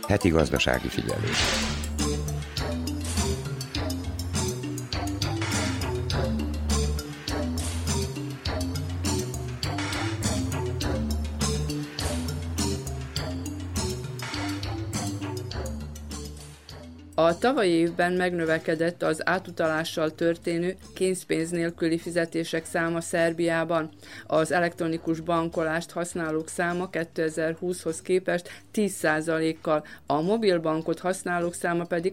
Heti gazdasági figyelő. A tavalyi évben megnövekedett az átutalással történő készpénz nélküli fizetések száma Szerbiában. Az elektronikus bankolást használók száma 2020-hoz képest 10%-kal, a mobilbankot használók száma pedig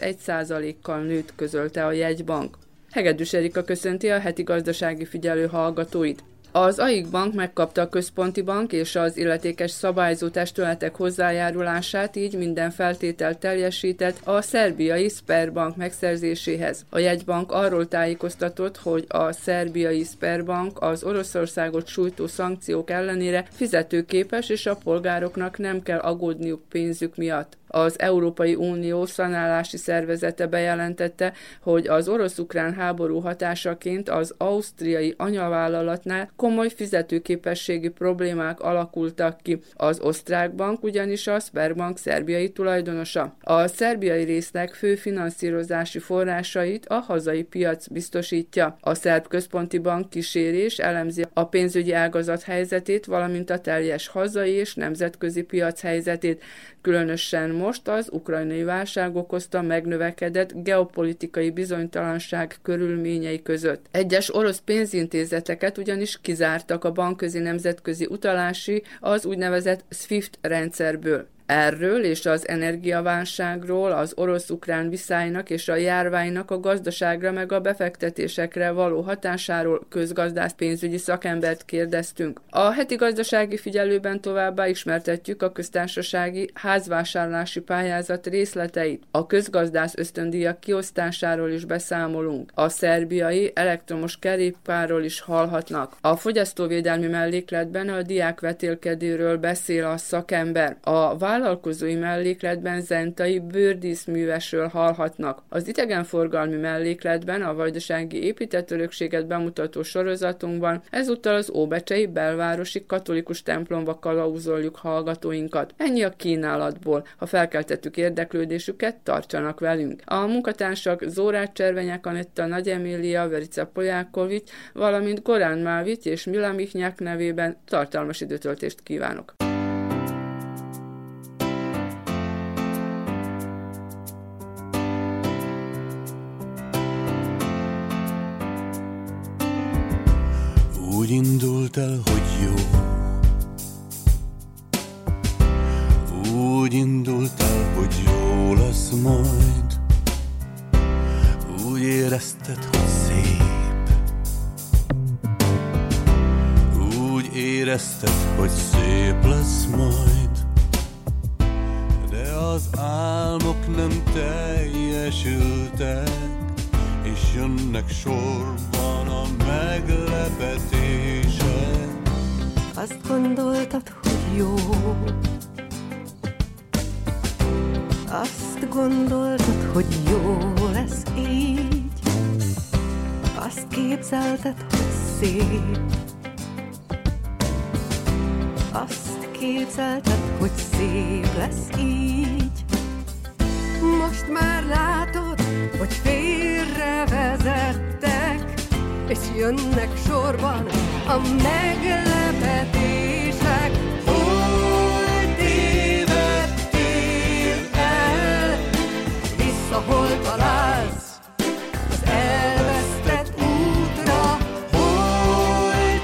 31%-kal nőtt, közölte a jegybank. Hegedűs Erika köszönti a heti gazdasági figyelő hallgatóit. Az AIK Bank megkapta a központi bank és az illetékes szabályzó testületek hozzájárulását, így minden feltételt teljesített a szerbiai Sberbank megszerzéséhez. A jegybank arról tájékoztatott, hogy a szerbiai Sberbank az Oroszországot sújtó szankciók ellenére fizetőképes, és a polgároknak nem kell aggódniuk pénzük miatt. Az Európai Unió szanálási szervezete bejelentette, hogy az orosz-ukrán háború hatásaként az ausztriai anyavállalatnál komoly fizetőképességi problémák alakultak ki. Az osztrák bank ugyanis a Sberbank szerbiai tulajdonosa. A szerbiai résznek fő finanszírozási forrásait a hazai piac biztosítja. A szerb központi bank kíséri és elemzi a pénzügyi ágazat helyzetét, valamint a teljes hazai és nemzetközi piac helyzetét, különösen most az ukrajnai válság okozta megnövekedett geopolitikai bizonytalanság körülményei között. Egyes orosz pénzintézeteket ugyanis kizártak a bankközi nemzetközi utalási, az úgynevezett SWIFT rendszerből. Erről és az energiaválságról, az orosz-ukrán viszálynak és a járványnak a gazdaságra meg a befektetésekre való hatásáról közgazdász pénzügyi szakembert kérdeztünk. A heti gazdasági figyelőben továbbá ismertetjük a köztársasági házvásárlási pályázat részleteit. A közgazdász ösztöndíjak kiosztásáról is beszámolunk. A szerbiai elektromos kerékpárról is hallhatnak. A fogyasztóvédelmi mellékletben a diákvetélkedőről beszél a szakember. A vállalkozói mellékletben zentai bőrdíszművesről hallhatnak. Az idegenforgalmi mellékletben a vajdasági épített örökséget bemutató sorozatunkban ezúttal az óbecsei belvárosi katolikus templomba kalauzoljuk hallgatóinkat. Ennyi a kínálatból. Ha felkeltettük érdeklődésüket, tartsanak velünk. A munkatársak Zórát Cservenyák Anetta, Nagy Emília, Verica Polyákovics, valamint Gorán Mávics és Mila Michnyák nevében tartalmas időtöltést kívánok. Úgy indult el, hogy jó. Úgy indult el, hogy jó lesz majd. Úgy érezted, hogy szép. Úgy érezted, hogy szép lesz majd. De az álmok nem teljesültek, és jönnek sorban a meglepetések. Azt gondoltad, hogy jó. Azt gondoltad, hogy jó lesz így. Azt képzelted, hogy szép. Azt képzelted, hogy szép lesz így. Most már látod, hogy félrevezettek, és jönnek sorban a meglepetések. Hol tévedtél el? Vissza hol találsz az elvesztett útra? Hol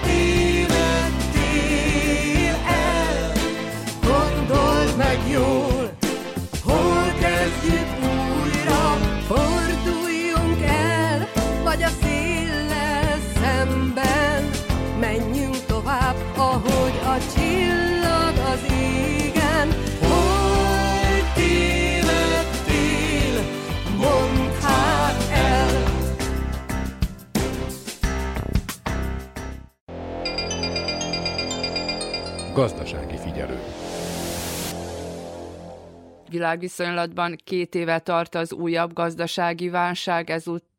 tévedtél el? Gondold meg jól, hol kezdjük újra? Forduljunk el, vagy a széllel szemben, menjünk tovább, ahogy a csillag az égen. Hol tévedtél, mondd hát el. Gazdasági figyelő. Világviszonylatban 2 éve tart az újabb gazdasági válság, ezúttal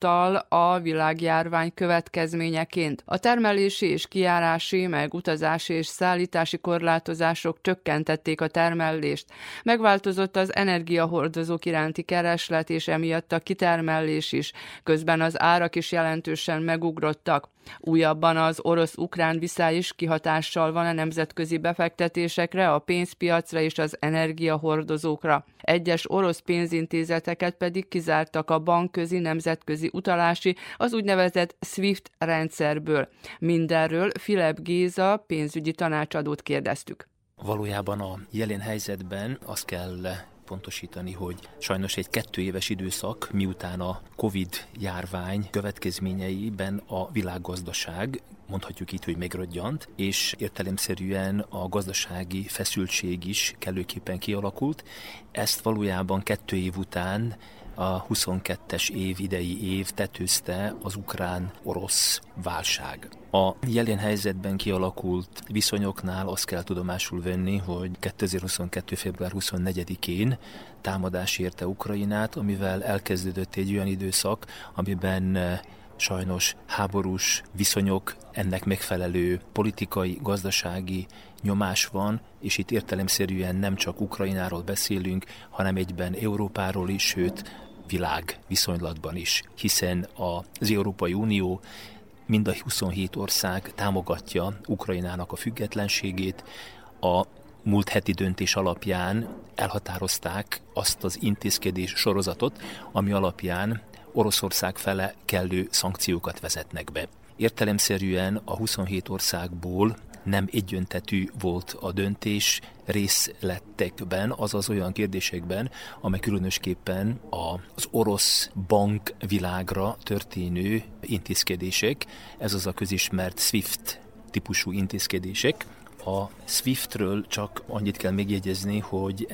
utal a világjárvány következményeként. A termelési és kijárási, meg utazási és szállítási korlátozások csökkentették a termelést. Megváltozott az energiahordozók iránti kereslet, és emiatt a kitermelés is. Közben az árak is jelentősen megugrottak. Újabban az orosz-ukrán viszály is kihatással van a nemzetközi befektetésekre, a pénzpiacra és az energiahordozókra. Egyes orosz pénzintézeteket pedig kizártak a bankközi nemzetközi utalási, az úgynevezett SWIFT rendszerből. Mindenről Filip Géza pénzügyi tanácsadót kérdeztük. Valójában a jelen helyzetben azt kell pontosítani, hogy sajnos egy 2 éves időszak, miután a Covid-járvány következményeiben a világgazdaság, mondhatjuk így, hogy megröddyant, és értelemszerűen a gazdasági feszültség is kellőképpen kialakult. Ezt valójában 2 év után a 22-es idei év tetőzte az ukrán-orosz válság. A jelen helyzetben kialakult viszonyoknál azt kell tudomásul venni, hogy 2022. február 24-én támadás érte Ukrajnát, amivel elkezdődött egy olyan időszak, amiben sajnos háborús viszonyok, ennek megfelelő politikai, gazdasági nyomás van, és itt értelemszerűen nem csak Ukrajnáról beszélünk, hanem egyben Európáról is, sőt világ viszonylatban is, hiszen az Európai Unió mind a 27 ország támogatja Ukrajnának a függetlenségét. A múlt heti döntés alapján elhatározták azt az intézkedés sorozatot, ami alapján Oroszország fele kellő szankciókat vezetnek be. Értelemszerűen a 27 országból nem egyöntetű volt a döntés részletekben, azaz olyan kérdésekben, amely különösképpen az orosz bankvilágra történő intézkedések, ez az a közismert SWIFT típusú intézkedések. A SWIFT-ről csak annyit kell megjegyezni, hogy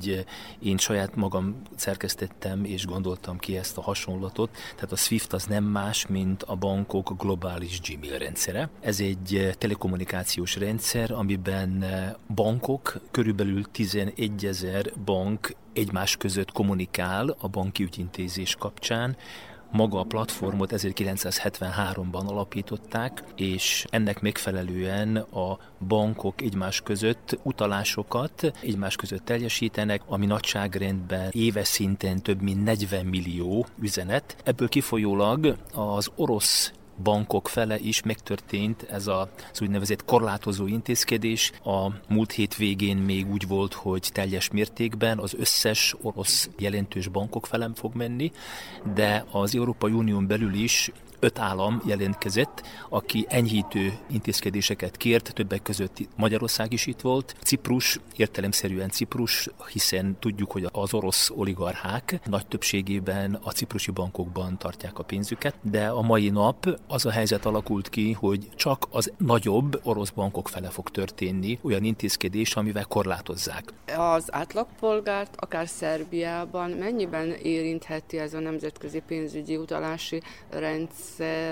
én saját magam szerkesztettem és gondoltam ki ezt a hasonlatot, tehát a SWIFT az nem más, mint a bankok globális Gmail rendszere. Ez egy telekommunikációs rendszer, amiben bankok, körülbelül 11 000 bank egymás között kommunikál a banki ügyintézés kapcsán. Maga a platformot 1973-ban alapították, és ennek megfelelően a bankok egymás között utalásokat egymás között teljesítenek, ami nagyságrendben éves szinten több mint 40 millió üzenet. Ebből kifolyólag az orosz bankok fele is megtörtént ez az úgynevezett korlátozó intézkedés. A múlt hét végén még úgy volt, hogy teljes mértékben az összes orosz jelentős bankok felem fog menni, de az Európai Unión belül is 5 állam jelentkezett, aki enyhítő intézkedéseket kért, többek között Magyarország is itt volt. Ciprus, értelemszerűen Ciprus, hiszen tudjuk, hogy az orosz oligarchák nagy többségében a ciprusi bankokban tartják a pénzüket, de a mai nap az a helyzet alakult ki, hogy csak az nagyobb orosz bankok fele fog történni olyan intézkedés, amivel korlátozzák. Az átlagpolgárt, akár Szerbiában mennyiben érintheti ez a nemzetközi pénzügyi utalási rendszer,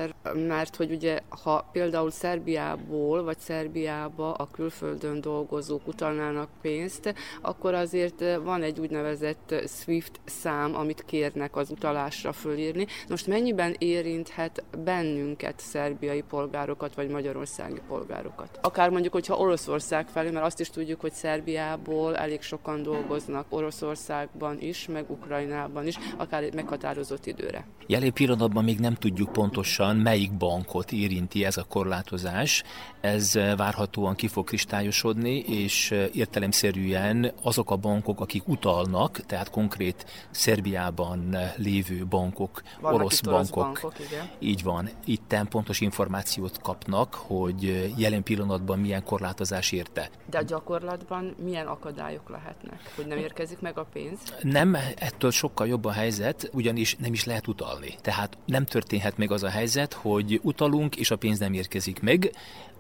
mert hogy ugye, ha például Szerbiából vagy Szerbiába a külföldön dolgozók utalnának pénzt, akkor azért van egy úgynevezett SWIFT szám, amit kérnek az utalásra fölírni. Most mennyiben érinthet bennünket, szerbiai polgárokat vagy magyarországi polgárokat? Akár mondjuk, hogyha Oroszország felé, mert azt is tudjuk, hogy Szerbiából elég sokan dolgoznak Oroszországban is, meg Ukrajnában is, akár egy meghatározott időre. Jelen pillanatban még nem tudjuk pontosan, melyik bankot érinti ez a korlátozás. Ez várhatóan ki fog kristályosodni, és értelemszerűen azok a bankok, akik utalnak, tehát konkrét Szerbiában lévő bankok, orosz bankok, így van, itten pontos információt kapnak, hogy jelen pillanatban milyen korlátozás érte. De a gyakorlatban milyen akadályok lehetnek, hogy nem érkezik meg a pénz? Nem, ettől sokkal jobb a helyzet, ugyanis nem is lehet utalni. Tehát nem történhet meg az a helyzet, hogy utalunk, és a pénz nem érkezik meg.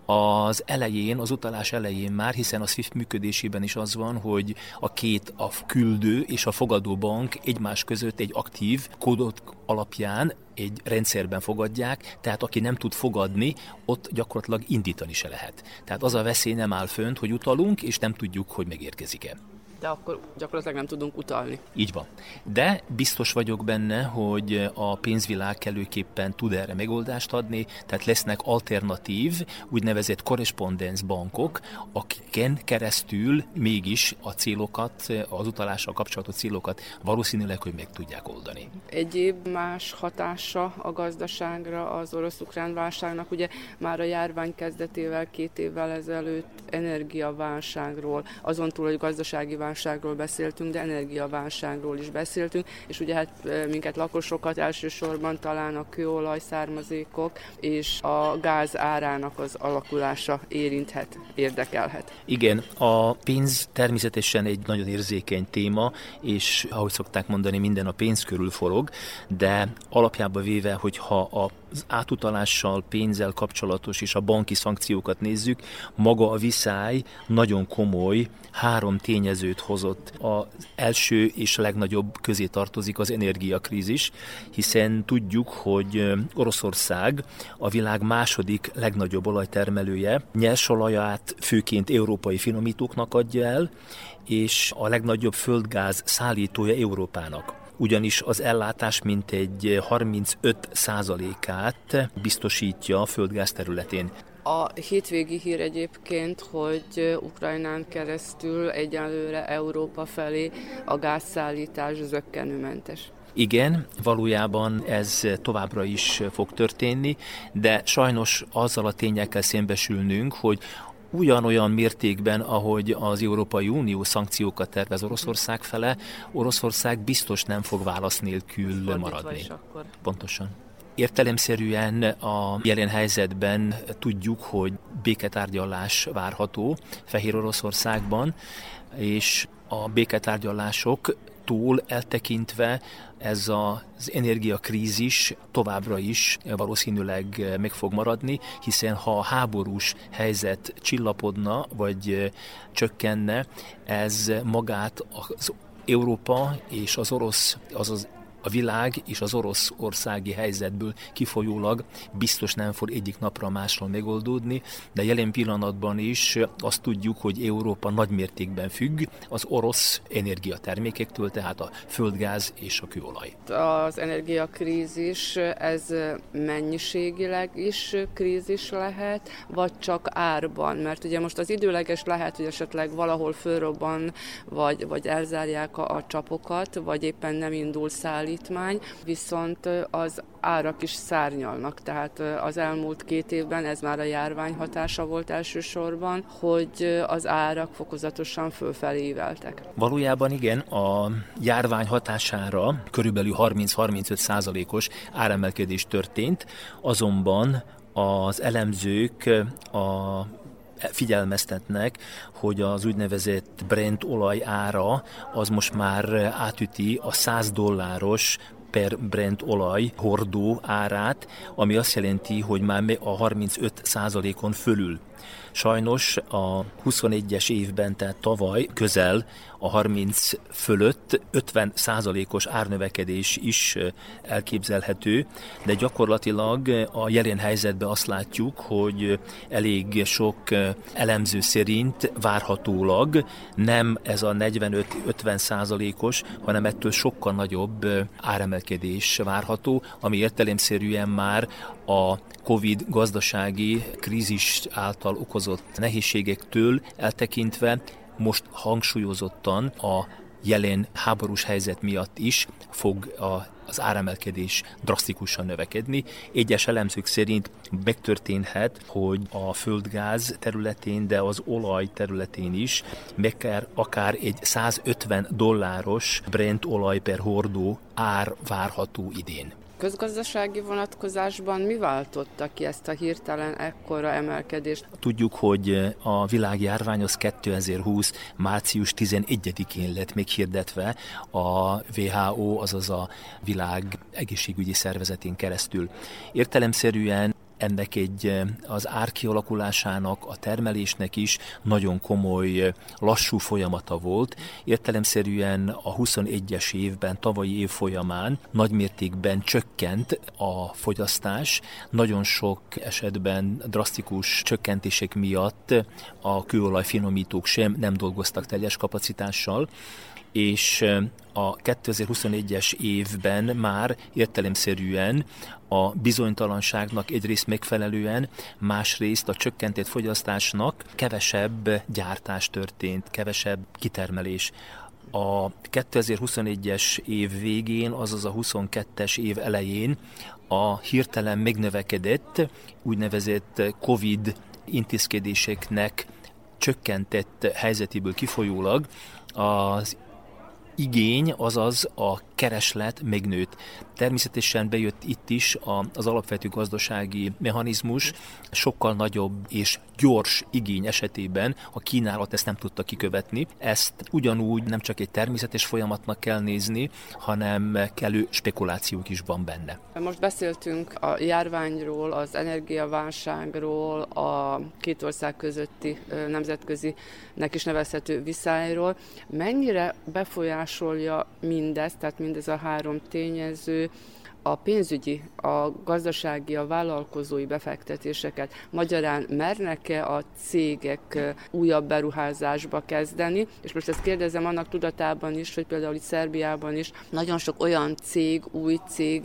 Az elején, az utalás elején már, hiszen a SWIFT működésében is az van, hogy a küldő és a fogadó bank egymás között egy aktív kódot alapján egy rendszerben fogadják, tehát aki nem tud fogadni, ott gyakorlatilag indítani se lehet. Tehát az a veszély nem áll fönt, hogy utalunk, és nem tudjuk, hogy megérkezik-e. De akkor gyakorlatilag nem tudunk utalni. Így van. De biztos vagyok benne, hogy a pénzvilág kellőképpen tud erre megoldást adni, tehát lesznek alternatív, úgynevezett korrespondens bankok, akiken keresztül mégis a célokat, az utalással kapcsolatos célokat valószínűleg, hogy meg tudják oldani. Egyéb más hatása a gazdaságra az orosz-ukrán válságnak, ugye már a járvány kezdetével 2 évvel ezelőtt energiaválságról, azon túl, hogy gazdasági válságról beszéltünk, de energiaválságról is beszéltünk, és ugye hát minket lakosokat elsősorban talán a kőolaj származékok és a gáz árának az alakulása érinthet, érdekelhet. Igen, a pénz természetesen egy nagyon érzékeny téma, és ahogy szokták mondani, minden a pénz körül forog, de alapjában véve, hogyha az átutalással, pénzzel kapcsolatos és a banki szankciókat nézzük, maga a viszály nagyon komoly 3 tényezőt hozott. Az első és a legnagyobb közé tartozik az energiakrízis, hiszen tudjuk, hogy Oroszország a világ második legnagyobb olajtermelője, nyersolaját főként európai finomítóknak adja el, és a legnagyobb földgáz szállítója Európának. Ugyanis az ellátás mintegy 35%-át biztosítja a földgáz területén. A hétvégi hír egyébként, hogy Ukrajnán keresztül egyelőre Európa felé a gázszállítás zökkenőmentes. Igen, valójában ez továbbra is fog történni, de sajnos azzal a tényel kell szembesülnünk, hogy ugyanolyan mértékben, ahogy az Európai Unió szankciókat tervez Oroszország fele, Oroszország biztos nem fog válasz nélkül maradni. Pontosan. Értelemszerűen a jelen helyzetben tudjuk, hogy béketárgyalás várható Fehér Oroszországban, és a béketárgyalásoktól eltekintve ez az energiakrízis továbbra is valószínűleg meg fog maradni, hiszen ha a háborús helyzet csillapodna, vagy csökkenne, ez magát az Európa és az orosz, azaz a világ és az oroszországi helyzetből kifolyólag biztos nem fog egyik napra a másról megoldódni, de jelen pillanatban is azt tudjuk, hogy Európa nagymértékben függ az orosz energiatermékektől, tehát a földgáz és a kőolaj. Az energiakrízis, ez mennyiségileg is krízis lehet, vagy csak árban? Mert ugye most az időleges lehet, hogy esetleg valahol fölrobban, vagy elzárják a csapokat, vagy éppen nem indul szállítmány, viszont az árak is szárnyalnak, tehát az elmúlt 2 évben ez már a járvány hatása volt elsősorban, hogy az árak fokozatosan fölfelé íveltek. Valójában igen, a járvány hatására körülbelül 30-35%-os áremelkedés történt, azonban az elemzők figyelmeztetnek, hogy az úgynevezett Brent olaj ára az most már átüti a $100 per Brent olaj hordó árát, ami azt jelenti, hogy már a 35%-on fölül. Sajnos a 21-es évben, tehát tavaly közel a 30 fölött 50%-os árnövekedés is elképzelhető, de gyakorlatilag a jelen helyzetben azt látjuk, hogy elég sok elemző szerint várhatólag nem ez a 45-50%-os, hanem ettől sokkal nagyobb áremelkedés várható, ami értelemszerűen már a Covid gazdasági krízis által okozott nehézségektől eltekintve most hangsúlyozottan a jelen háborús helyzet miatt is fog az áremelkedés drasztikusan növekedni. Egyes elemzők szerint megtörténhet, hogy a földgáz területén, de az olaj területén is akár egy $150 Brent olaj per hordó ár várható idén. Közgazdasági vonatkozásban mi váltotta ki ezt a hirtelen ekkora emelkedést? Tudjuk, hogy a világjárvány az 2020. március 11-én lett meghirdetve a WHO, azaz a világ egészségügyi szervezetén keresztül. Értelemszerűen ennek az árkialakulásának, a termelésnek is nagyon komoly, lassú folyamata volt. Értelemszerűen a 21-es évben, tavalyi év folyamán nagymértékben csökkent a fogyasztás. Nagyon sok esetben drasztikus csökkentések miatt a kőolaj finomítók sem nem dolgoztak teljes kapacitással, és a 2021-es évben már értelemszerűen a bizonytalanságnak egyrészt megfelelően, másrészt a csökkentett fogyasztásnak kevesebb gyártás történt, kevesebb kitermelés. A 2021-es év végén, azaz a 22-es év elején a hirtelen megnövekedett úgynevezett COVID intézkedéseknek csökkentett helyzetéből kifolyólag az igény, azaz a kereslet megnőtt. Természetesen bejött itt is az alapvető gazdasági mechanizmus, sokkal nagyobb és gyors igény esetében a kínálat ezt nem tudta kikövetni. Ezt ugyanúgy nem csak egy természetes folyamatnak kell nézni, hanem kellő spekulációk is van benne. Most beszéltünk a járványról, az energiaválságról, a két ország közötti nemzetközinek is nevezhető viszályról. Mennyire befolyásolja mindez, tehát mindez a három tényező, a pénzügyi, a gazdasági, a vállalkozói befektetéseket? Magyarán mernek-e a cégek újabb beruházásba kezdeni? És most ezt kérdezem annak tudatában is, hogy például itt Szerbiában is nagyon sok olyan új cég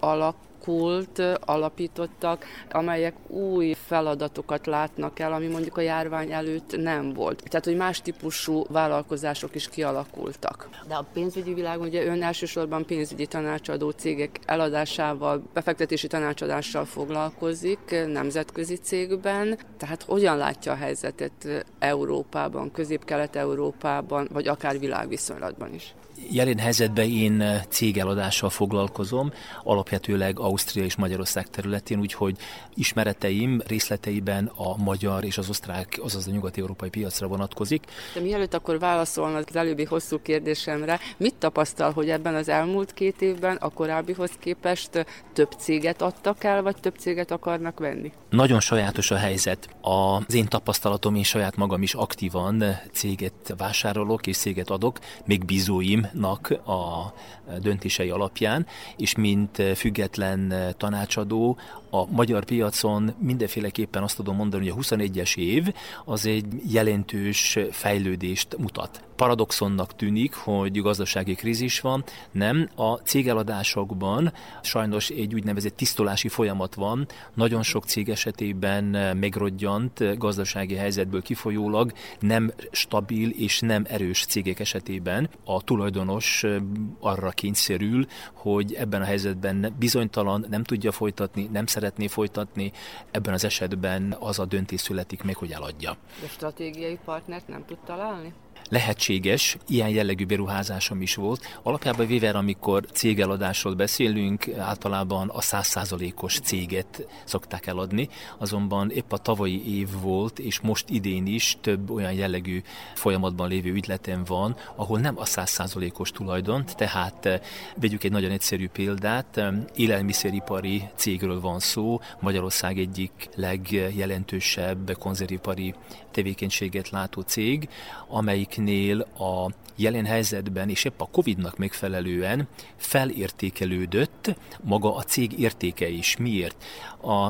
alapítottak, amelyek új feladatokat látnak el, ami mondjuk a járvány előtt nem volt. Tehát, hogy más típusú vállalkozások is kialakultak. De a pénzügyi világon ugye ön elsősorban pénzügyi tanácsadó cégek eladásával, befektetési tanácsadással foglalkozik nemzetközi cégben. Tehát hogyan látja a helyzetet Európában, Közép-Kelet-Európában, vagy akár világviszonylatban is? Jelen helyzetben én cégeladással foglalkozom, alapvetőleg Ausztria és Magyarország területén, úgyhogy ismereteim részleteiben a magyar és az osztrák, azaz a nyugat-európai piacra vonatkozik. De mielőtt akkor válaszolna az előbbi hosszú kérdésemre, mit tapasztal, hogy ebben az elmúlt 2 évben a korábbihoz képest több céget adtak el, vagy több céget akarnak venni? Nagyon sajátos a helyzet. Az én tapasztalatom, én saját magam is aktívan céget vásárolok és céget adok, még bízóimnak a döntései alapján, és mint független tanácsadó a magyar piacon mindenféleképpen azt tudom mondani, hogy a 21-es év az egy jelentős fejlődést mutat. Paradoxonnak tűnik, hogy gazdasági krízis van, nem. A cégeladásokban sajnos egy úgynevezett tisztulási folyamat van. Nagyon sok cég esetében megrodjant gazdasági helyzetből kifolyólag nem stabil és nem erős cégek esetében a tulajdonos arra kényszerül, hogy ebben a helyzetben bizonytalan, nem tudja folytatni, nem szeretné folytatni, ebben az esetben az a döntés születik meg, hogy eladja. De stratégiai partnert nem tud találni? Lehetséges, ilyen jellegű beruházásom is volt. Alapjában véve, amikor cégeladásról beszélünk, általában a 100%-os céget szokták eladni, azonban épp a tavalyi év volt, és most idén is több olyan jellegű folyamatban lévő ügyletem van, ahol nem a 100%-os tulajdont, tehát vegyük egy nagyon egyszerű példát, élelmiszeripari cégről van szó, Magyarország egyik legjelentősebb konzervipari tevékenységet látó cég, amelyiknél a jelen helyzetben és épp a Covid-nak megfelelően felértékelődött maga a cég értéke is. Miért? A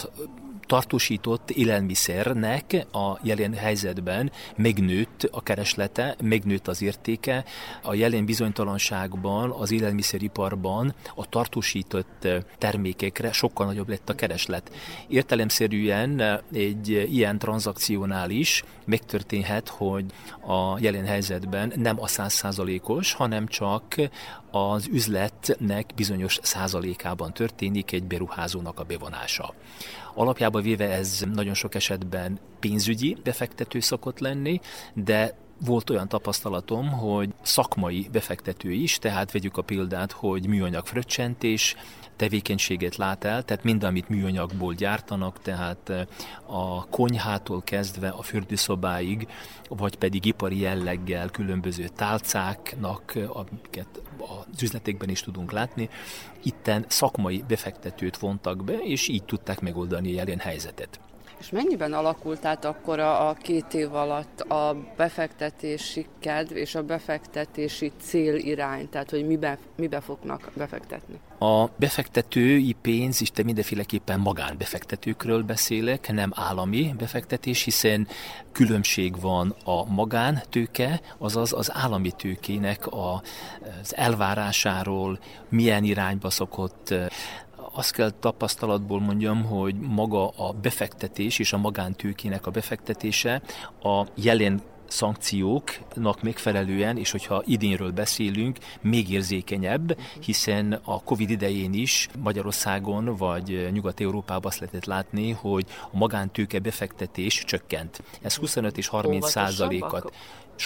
tartósított élelmiszernek a jelen helyzetben megnőtt a kereslete, megnőtt az értéke. A jelen bizonytalanságban, az élelmiszeriparban a tartósított termékekre sokkal nagyobb lett a kereslet. Értelemszerűen egy ilyen tranzakciónál is megtörténhet, hogy a jelen helyzetben nem a 100%-os, hanem csak az üzletnek bizonyos százalékában történik egy beruházónak a bevonása. Alapjában véve ez nagyon sok esetben pénzügyi befektető szokott lenni, de volt olyan tapasztalatom, hogy szakmai befektető is, tehát vegyük a példát, hogy műanyag fröccsentés tevékenységet lát el, tehát mind, amit műanyagból gyártanak, tehát a konyhától kezdve a fürdőszobáig, vagy pedig ipari jelleggel különböző tálcáknak, amiket az üzletekben is tudunk látni, itten szakmai befektetőt vontak be, és így tudták megoldani a jelen helyzetet. És mennyiben alakult át akkor a 2 év alatt a befektetési kedv és a befektetési célirány, tehát hogy mibe fognak befektetni? A befektetői pénz, és te mindenféleképpen magánbefektetőkről beszélek, nem állami befektetés, hiszen különbség van a magántőke, azaz az állami tőkének az elvárásáról, milyen irányba szokott. Azt kell tapasztalatból mondjam, hogy maga a befektetés és a magántőkének a befektetése a jelen szankcióknak megfelelően, és hogyha idénről beszélünk, még érzékenyebb, hiszen a Covid idején is Magyarországon vagy Nyugat-Európában azt lehetett látni, hogy a magántőke befektetés csökkent. Ez 25 és 30%-at.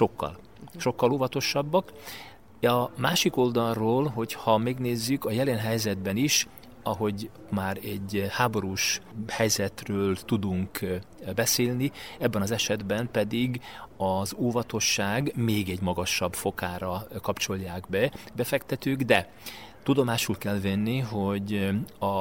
Sokkal óvatosabbak. A másik oldalról, hogyha megnézzük, a jelen helyzetben is, ahogy már egy háborús helyzetről tudunk beszélni, ebben az esetben pedig az óvatosság még egy magasabb fokára kapcsolják be befektetők, de tudomásul kell venni, hogy a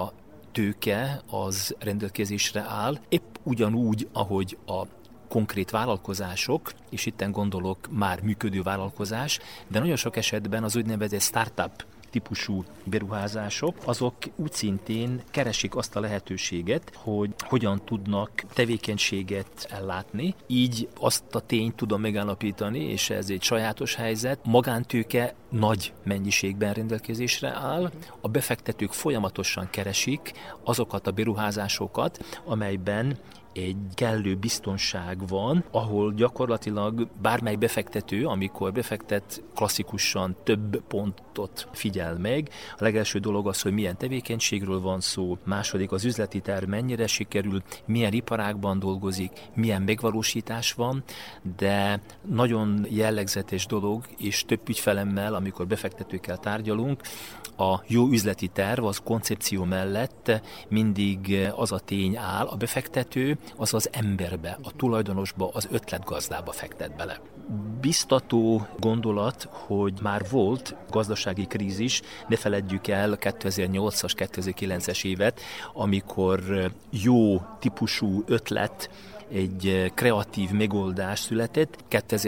tőke az rendelkezésre áll, épp ugyanúgy, ahogy a konkrét vállalkozások, és itten gondolok már működő vállalkozás, de nagyon sok esetben az úgynevezett startup típusú beruházások, azok úgy szintén keresik azt a lehetőséget, hogy hogyan tudnak tevékenységet ellátni. Így azt a tényt tudom megállapítani, és ez egy sajátos helyzet, magántőke nagy mennyiségben rendelkezésre áll, a befektetők folyamatosan keresik azokat a beruházásokat, amelyben egy kellő biztonság van, ahol gyakorlatilag bármely befektető, amikor befektet, klasszikusan több pontot figyel meg. A legelső dolog az, hogy milyen tevékenységről van szó, második az üzleti terv mennyire sikerül, milyen iparágban dolgozik, milyen megvalósítás van, de nagyon jellegzetes dolog, és több ügyfelemmel, amikor befektetőkkel tárgyalunk, a jó üzleti terv, az koncepció mellett mindig az a tény áll, a befektető az az emberbe, a tulajdonosba, az ötletgazdába fektet bele. Biztató gondolat, hogy már volt gazdasági krízis, ne feledjük el 2008-as, 2009-es évet, amikor jó típusú ötlet, egy kreatív megoldás született.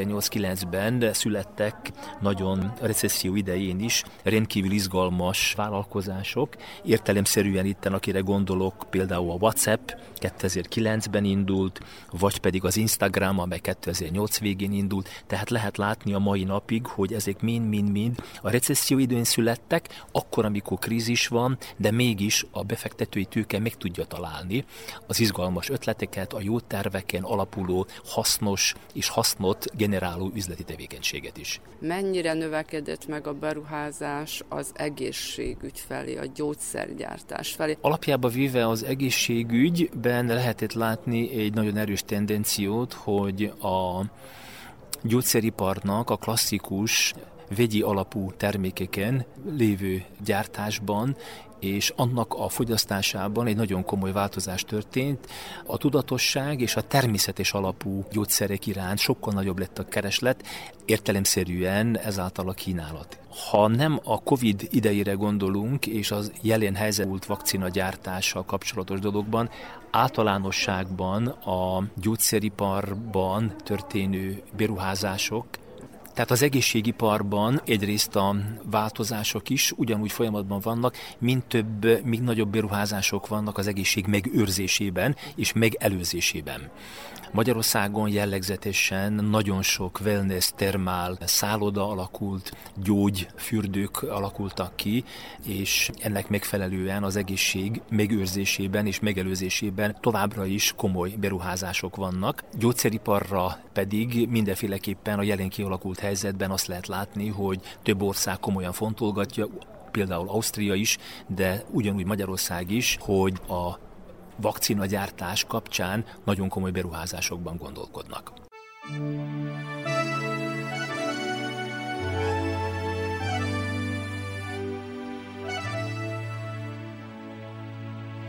2008-9-ben születtek nagyon a recesszió idején is rendkívül izgalmas vállalkozások. Értelemszerűen itten, akire gondolok, például a WhatsApp 2009-ben indult, vagy pedig az Instagram, amely 2008 végén indult. Tehát lehet látni a mai napig, hogy ezek mind a recesszió időn születtek, akkor, amikor krízis van, de mégis a befektetői tőke meg tudja találni az izgalmas ötleteket, a jó terveken alapuló, hasznos és hasznot generáló üzleti tevékenységet is. Mennyire növekedett meg a beruházás az egészségügy felé, a gyógyszergyártás felé? Alapjában véve az egészségügyben lehetett látni egy nagyon erős tendenciót, hogy a gyógyszeriparnak a klasszikus vegyi alapú termékeken lévő gyártásban és annak a fogyasztásában egy nagyon komoly változás történt. A tudatosság és a természetes alapú gyógyszerek iránt sokkal nagyobb lett a kereslet, értelemszerűen ezáltal a kínálat. Ha nem a Covid idejére gondolunk, és az jelen helyzetült vakcinagyártással kapcsolatos dologban, általánosságban a gyógyszeriparban történő beruházások, tehát az egészségiparban egyrészt a változások is ugyanúgy folyamatban vannak, még nagyobb beruházások vannak az egészség megőrzésében és megelőzésében. Magyarországon jellegzetesen nagyon sok wellness, termál, szálloda alakult, gyógyfürdők alakultak ki, és ennek megfelelően az egészség megőrzésében és megelőzésében továbbra is komoly beruházások vannak. Gyógyszeriparra pedig mindenféleképpen a jelen kialakult helyzetben azt lehet látni, hogy több ország komolyan fontolgatja, például Ausztria is, de ugyanúgy Magyarország is, hogy a vakcinagyártás kapcsán nagyon komoly beruházásokban gondolkodnak.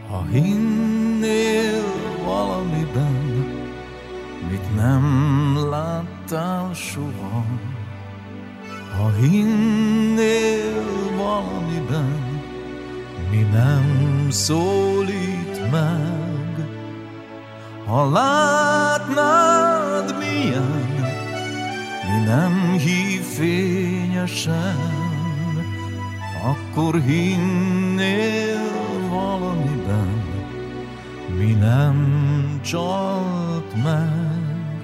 Ha hinnél valamiben, mit nem láttál soha, ha hinnél valamiben, mi nem szólít meg, ha látnád milyen, mi nem hív fényesen, akkor hinnél valamiben, mi nem csalt meg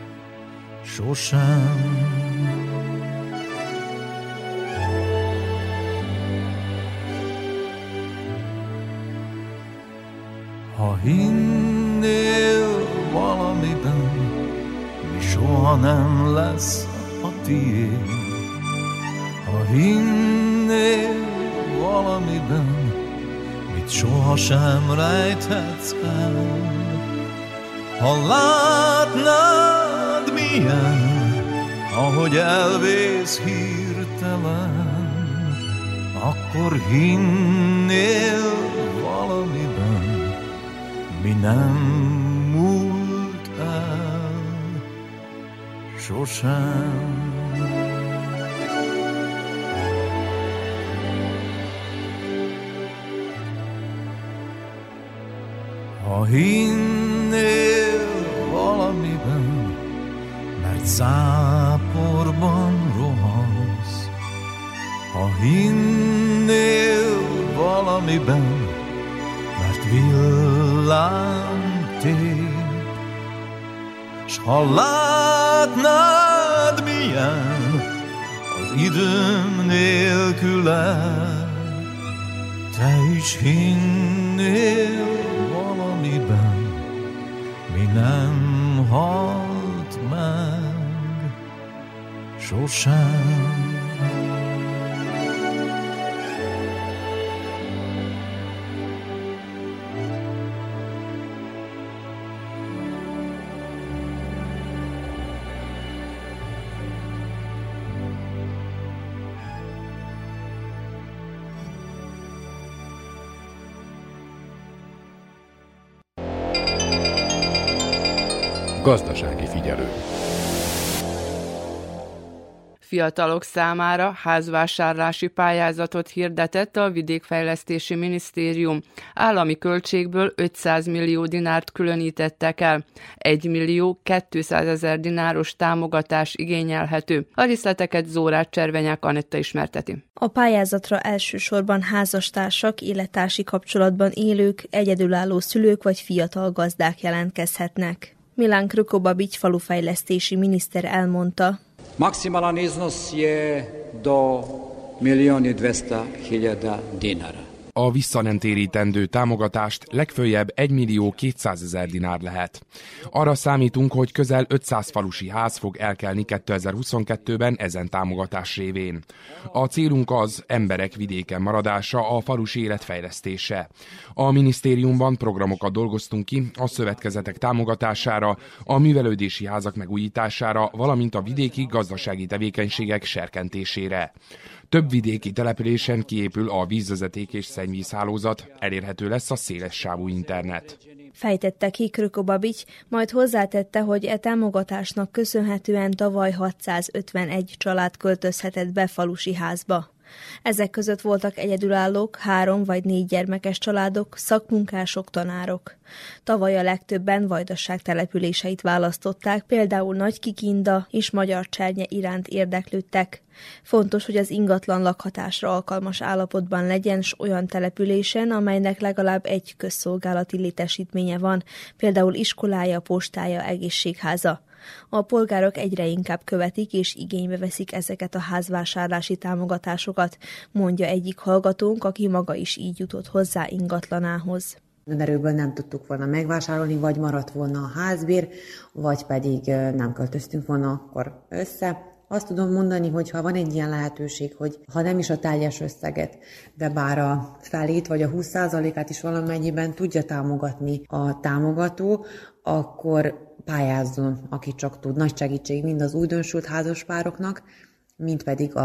sosem. Ha hinnél valamiben, mi soha nem lesz a tiéd. Ha hinnél valamiben, mit sohasem rejthetsz el. Ha látnád milyen, ahogy elvész hirtelen, akkor hinnél valamiben, mi nem múlt el sosem. Ha hinnél valamiben, mert záporban rohansz, ha hinnél valamiben, mert villám tép, s ha látnád milyen az időm nélküle, te is hinnél valamiben, mi nem halt meg sosem. Gazdasági figyelő. Fiatalok számára házvásárlási pályázatot hirdetett a Vidékfejlesztési Minisztérium. Állami költségből 500 millió dinárt különítettek el. 1 millió 200 000 dináros támogatás igényelhető. A részleteket Zórát Cservenyák Anetta ismerteti. A pályázatra elsősorban házastársak, élettársi kapcsolatban élők, egyedülálló szülők vagy fiatal gazdák jelentkezhetnek. Milan Krkobabić falufejlesztési miniszter elmondta, maksimalan iznos je do 1.200.000 dinara. A vissza nem térítendő támogatást legföljebb 1 millió 200 000 dinár lehet. Arra számítunk, hogy közel 500 falusi ház fog elkelni 2022-ben ezen támogatás révén. A célunk az emberek vidéken maradása, a falusi élet fejlesztése. A minisztériumban programokat dolgoztunk ki a szövetkezetek támogatására, a művelődési házak megújítására, valamint a vidéki gazdasági tevékenységek serkentésére. Több vidéki településen kiépül a vízvezeték és szennyvízhálózat, elérhető lesz a szélessávú internet. Fejtette ki Krkobabić, majd hozzátette, hogy e támogatásnak köszönhetően tavaly 651 család költözhetett be falusi házba. Ezek között voltak egyedülállók, 3 vagy 4 gyermekes családok, szakmunkások, tanárok. Tavaly a legtöbben Vajdaság településeit választották, például Nagykikinda és Magyarcsernye iránt érdeklődtek. Fontos, hogy az ingatlan lakhatásra alkalmas állapotban legyen, s olyan településen, amelynek legalább egy közszolgálati létesítménye van, például iskolája, postája, egészségháza. A polgárok egyre inkább követik és igénybe veszik ezeket a házvásárlási támogatásokat, mondja egyik hallgatónk, aki maga is így jutott hozzá ingatlanához. Erőből nem tudtuk volna megvásárolni, vagy maradt volna a házbér, vagy pedig nem költöztünk volna akkor össze. Azt tudom mondani, hogy ha van egy ilyen lehetőség, hogy ha nem is a teljes összeget, de bár a felét vagy a 20%-át is valamennyiben tudja támogatni a támogató, akkor pályázzon, aki csak tud. Nagy segítség mind az újdonsült házaspároknak, mind pedig a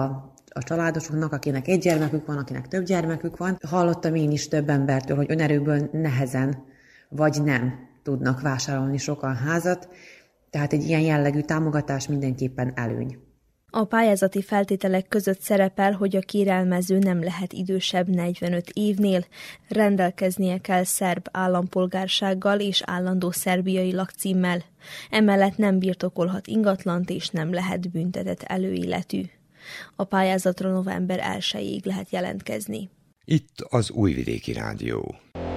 a családosoknak, akinek egy gyermekük van, akinek több gyermekük van. Hallottam én is több embertől, hogy önerőből nehezen vagy nem tudnak vásárolni sokan házat, tehát egy ilyen jellegű támogatás mindenképpen előny. A pályázati feltételek között szerepel, hogy a kérelmező nem lehet idősebb 45 évnél, rendelkeznie kell szerb állampolgársággal és állandó szerbiai lakcímmel. Emellett nem birtokolhat ingatlant és nem lehet büntetett előéletű. A pályázatra november 1-ig lehet jelentkezni. Itt az Újvidéki Rádió.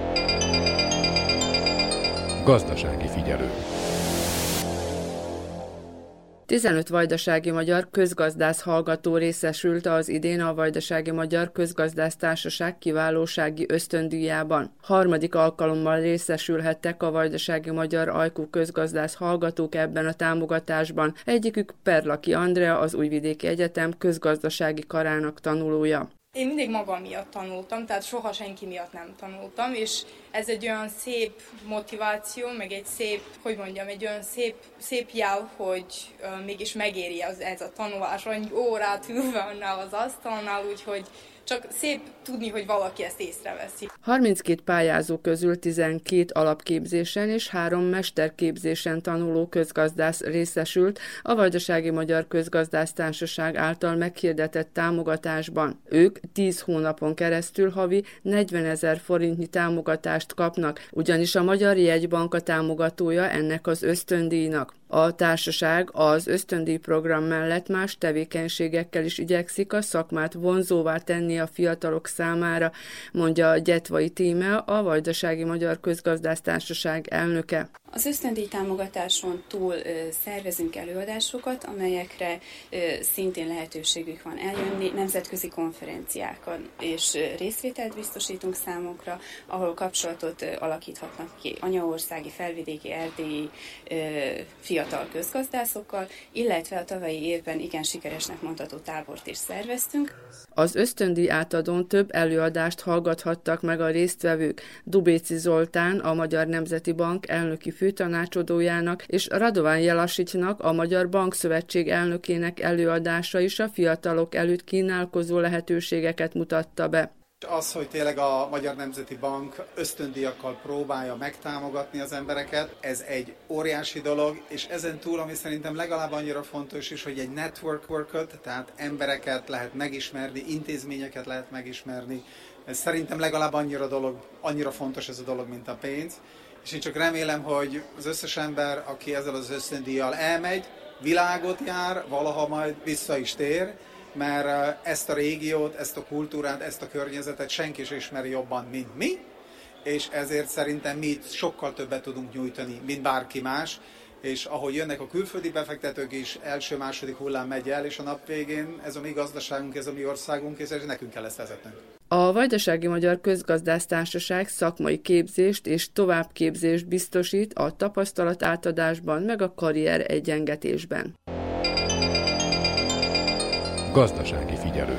Gazdasági figyelő. 15 vajdasági magyar közgazdász hallgató részesült az idén a Vajdasági Magyar Közgazdász Társaság kiválósági ösztöndíjában. Harmadik alkalommal részesülhettek a vajdasági magyar ajkú közgazdász hallgatók ebben a támogatásban. Egyikük Perlaki Andrea, az Újvidéki Egyetem közgazdasági karának tanulója. Én mindig magam miatt tanultam, tehát soha senki miatt nem tanultam, és ez egy olyan szép motiváció, meg egy szép, egy olyan szép jel, hogy mégis megéri ez a tanulás, annyi órát ülve annál az asztalnál, úgyhogy csak szép tudni, hogy valaki ezt észreveszi. 32 pályázó közül 12 alapképzésen és 3 mesterképzésen tanuló közgazdász részesült a Vajdasági Magyar Közgazdász Társaság által meghirdetett támogatásban. Ők 10 hónapon keresztül havi 40 000 forintnyi támogatást kapnak, ugyanis a Magyar Jegybank a támogatója ennek az ösztöndíjnak. A társaság az ösztöndíj program mellett más tevékenységekkel is igyekszik a szakmát vonzóvá tenni a fiatalok számára, mondja Gyetvai Tíme, a Vajdasági Magyar Közgazdász Társaság elnöke. Az ösztöndíj támogatáson túl szervezünk előadásokat, amelyekre szintén lehetőségük van eljönni, nemzetközi konferenciákon, és részvételt biztosítunk számukra, ahol kapcsolatot alakíthatnak ki anyaországi, felvidéki, erdélyi fiatal közgazdászokkal, illetve a tavalyi évben igen sikeresnek mondható tábort is szerveztünk. Az ösztöndíj átadón több előadást hallgathattak meg a résztvevők. Dubéci Zoltán, a Magyar Nemzeti Bank elnöki főtanácsadójának és Radován Jelasicsnak, a Magyar Bankszövetség elnökének előadása is a fiatalok előtt kínálkozó lehetőségeket mutatta be. Az, hogy tényleg a Magyar Nemzeti Bank ösztöndíjakkal próbálja megtámogatni az embereket, ez egy óriási dolog, és ezen túl, ami szerintem legalább annyira fontos is, hogy egy network workot, tehát embereket lehet megismerni, intézményeket lehet megismerni. Ez szerintem legalább annyira fontos ez a dolog, mint a pénz. És én csak remélem, hogy az összes ember, aki ezzel az ösztöndíjjal elmegy, világot jár, valaha majd vissza is tér, mert ezt a régiót, ezt a kultúrát, ezt a környezetet senki is ismeri jobban, mint mi, és ezért szerintem mi itt sokkal többet tudunk nyújtani, mint bárki más, és ahogy jönnek a külföldi befektetők is, első-második hullám megy el, és a nap végén ez a mi gazdaságunk, ez a mi országunk, és nekünk kell ezt vezetnünk. A Vajdasági Magyar Közgazdász Társaság szakmai képzést és továbbképzést biztosít a tapasztalatátadásban, meg a karrier egyengetésben. Gazdasági figyelő.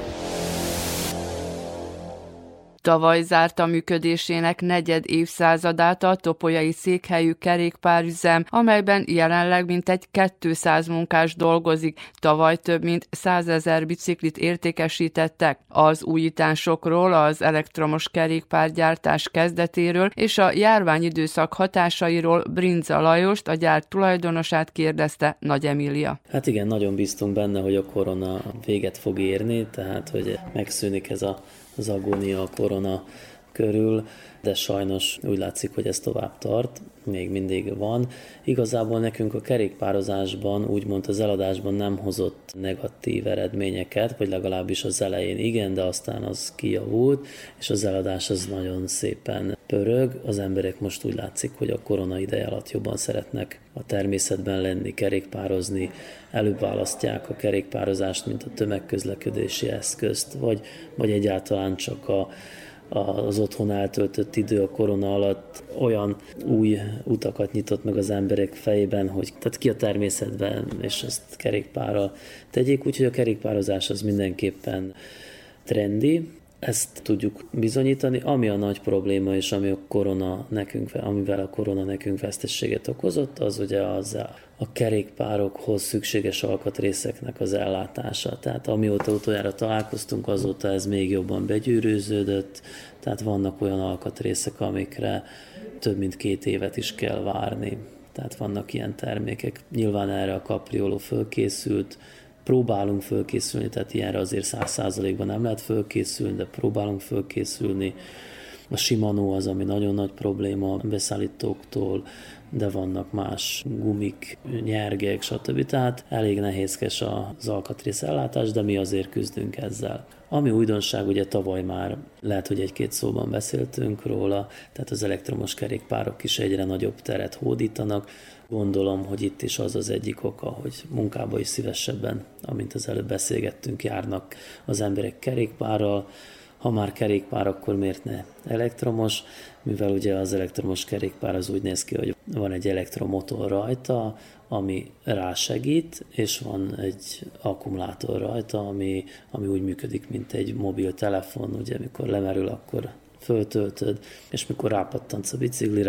Tavaly zárta működésének negyed évszázadát a topolyai székhelyű kerékpárüzem, amelyben jelenleg mintegy 200 munkás dolgozik. Tavaly több mint 100 000 biciklit értékesítettek. Az újításokról, az elektromos kerékpárgyártás kezdetéről és a járványidőszak hatásairól Brinza Lajost, a gyár tulajdonosát kérdezte Nagy Emília. Hát igen, nagyon bíztunk benne, hogy a korona véget fog érni, tehát hogy megszűnik ez az agónia a korona körül, de sajnos úgy látszik, hogy ez tovább tart, még mindig van. Igazából nekünk a kerékpározásban, úgymond az eladásban nem hozott negatív eredményeket, vagy legalábbis az elején igen, de aztán az kijavult, és az eladás az nagyon szépen pörög. Az emberek most úgy látszik, hogy a korona ideje alatt jobban szeretnek a természetben lenni, kerékpározni, előbb választják a kerékpározást, mint a tömegközlekedési eszközt, vagy egyáltalán csak az otthon eltöltött idő a korona alatt olyan új utakat nyitott meg az emberek fejében, hogy tehát ki a természetben, és ezt kerékpárral tegyék, úgyhogy a kerékpározás az mindenképpen trendi. ezt tudjuk bizonyítani. Ami a nagy probléma, és amivel a korona nekünk veszteséget okozott, az ugye a kerékpárokhoz szükséges alkatrészeknek az ellátása. Tehát amióta utoljára találkoztunk, azóta ez még jobban begyűrűződött, tehát vannak olyan alkatrészek, amikre több mint 2 évet is kell várni. Tehát vannak ilyen termékek. Nyilván erre a Capriolo fölkészült, próbálunk fölkészülni, tehát ilyenre azért 100%-ban nem lehet fölkészülni, de próbálunk fölkészülni. A Shimano az, ami nagyon nagy probléma a beszállítóktól, de vannak más gumik, nyergek, stb. Tehát elég nehézkes az alkatrész ellátás, de mi azért küzdünk ezzel. Ami újdonság, ugye tavaly már lehet, hogy 1-2 szóban beszéltünk róla, tehát az elektromos kerékpárok is egyre nagyobb teret hódítanak. Gondolom, hogy itt is az egyik oka, hogy munkába is szívesebben, amint az előbb beszélgettünk, járnak az emberek kerékpárral. Ha már kerékpár, akkor miért ne elektromos? Mivel ugye az elektromos kerékpár az úgy néz ki, hogy van egy elektromotor rajta, ami rásegít, és van egy akkumulátor rajta, ami úgy működik, mint egy mobiltelefon, ugye mikor lemerül, akkor föltöltöd, és mikor rápattantsz a biciklire,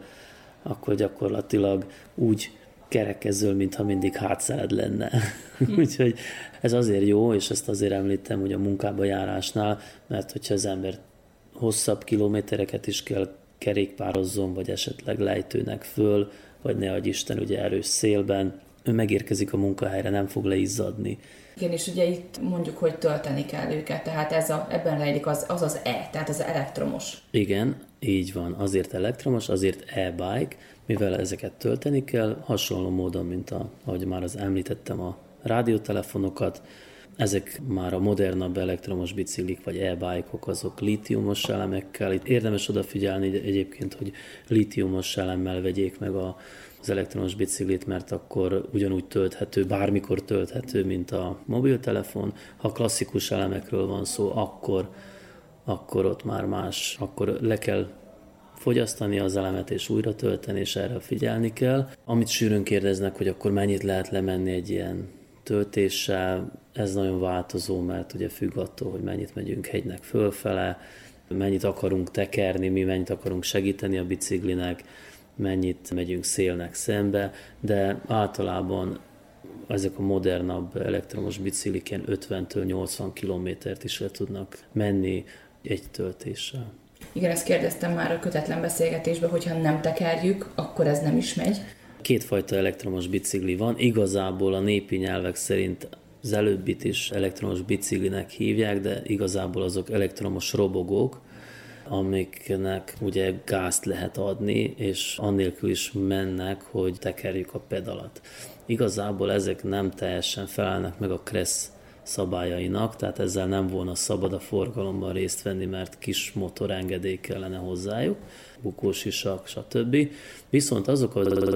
akkor gyakorlatilag úgy kerekezöl, mintha mindig hátszeled lenne. Úgyhogy ez azért jó, és ezt azért említem, hogy a munkába járásnál, mert hogyha az ember hosszabb kilométereket is kell kerékpározzon, vagy esetleg lejtőnek föl, vagy ne adj Isten, ugye erős szélben, ő megérkezik a munkahelyre, nem fog leizzadni. Igen, és ugye itt mondjuk, hogy tölteni kell őket, tehát ebben rejlik az E, tehát az elektromos. Igen, így van, azért elektromos, azért e-bike, mivel ezeket tölteni kell, hasonló módon, mint ahogy már említettem, a rádiótelefonokat, ezek már a modernabb elektromos biciklik, vagy e-bike-ok, azok lítiumos elemekkel. Itt érdemes odafigyelni egyébként, hogy lítiumos elemmel vegyék meg az elektromos biciklit, mert akkor ugyanúgy tölthető, bármikor tölthető, mint a mobiltelefon. Ha klasszikus elemekről van szó, akkor ott már más, akkor le kell fogyasztani az elemet és újra tölteni, és erre figyelni kell. Amit sűrűn kérdeznek, hogy akkor mennyit lehet lemenni egy ilyen töltéssel, ez nagyon változó, mert ugye függ attól, hogy mennyit megyünk hegynek fölfele, mennyit akarunk tekerni, mi mennyit akarunk segíteni a biciklinek, mennyit megyünk szélnek szembe, de általában ezek a modernabb elektromos biciklik ilyen 50-től 80 kilométert is le tudnak menni egy töltéssel. Igen, ezt kérdeztem már a kötetlen beszélgetésben, hogyha nem tekerjük, akkor ez nem is megy. 2 fajta elektromos bicikli van. Igazából a népi nyelvek szerint az előbbit is elektromos biciklinek hívják, de igazából azok elektromos robogók, amiknek ugye gázt lehet adni, és annélkül is mennek, hogy tekerjük a pedalat. Igazából ezek nem teljesen felelnek meg a KRESZ szabályainak, tehát ezzel nem volna szabad a forgalomban részt venni, mert kis motorengedély kellene hozzájuk, bukósisak, stb. Viszont azok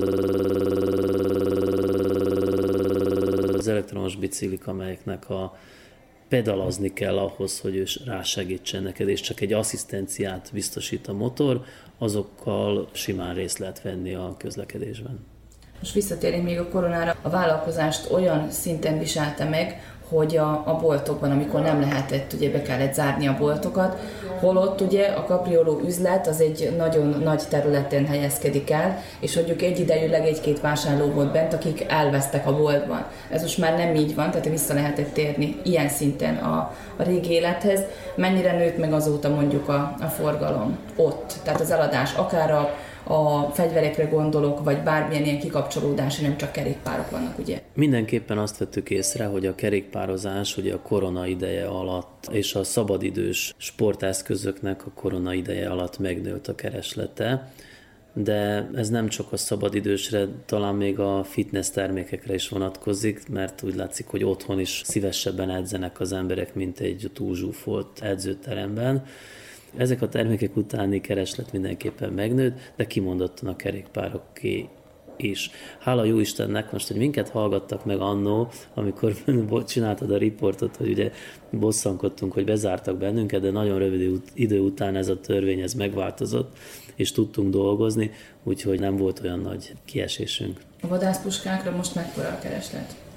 az elektromos biciklik, amelyeknek pedalazni kell ahhoz, hogy ő rásegítsen neked, és csak egy asszisztenciát biztosít a motor, azokkal simán részt lehet venni a közlekedésben. Most visszatérünk még a koronára. A vállalkozást olyan szinten viselte meg, hogy a boltokban, amikor nem lehetett, ugye be kellett zárni a boltokat, holott ugye a Capriolo üzlet az egy nagyon nagy területen helyezkedik el, és mondjuk egyidejűleg 1-2 vásárló volt bent, akik elvesztek a boltban. Ez most már nem így van, tehát vissza lehetett térni ilyen szinten a régi élethez. Mennyire nőtt meg azóta mondjuk a forgalom ott, tehát az eladás, akár a fegyverekre gondolok, vagy bármilyen ilyen kikapcsolódási, nem csak kerékpárok vannak, ugye? Mindenképpen azt vettük észre, hogy a kerékpározás ugye a korona ideje alatt és a szabadidős sporteszközöknek a korona ideje alatt megnőtt a kereslete, de ez nem csak a szabadidősre, talán még a fitness termékekre is vonatkozik, mert úgy látszik, hogy otthon is szívesebben edzenek az emberek, mint egy túlzsúfolt edzőteremben. Ezek a termékek utáni kereslet mindenképpen megnőtt, de kimondottan a kerékpároké is. Hála jó Istennek most, hogy minket hallgattak meg annó, amikor csináltad a riportot, hogy ugye bosszankodtunk, hogy bezártak bennünket, de nagyon rövid idő után ez a törvény ez megváltozott, és tudtunk dolgozni, úgyhogy nem volt olyan nagy kiesésünk. A vadászpuskákra most mekkora a kereslet?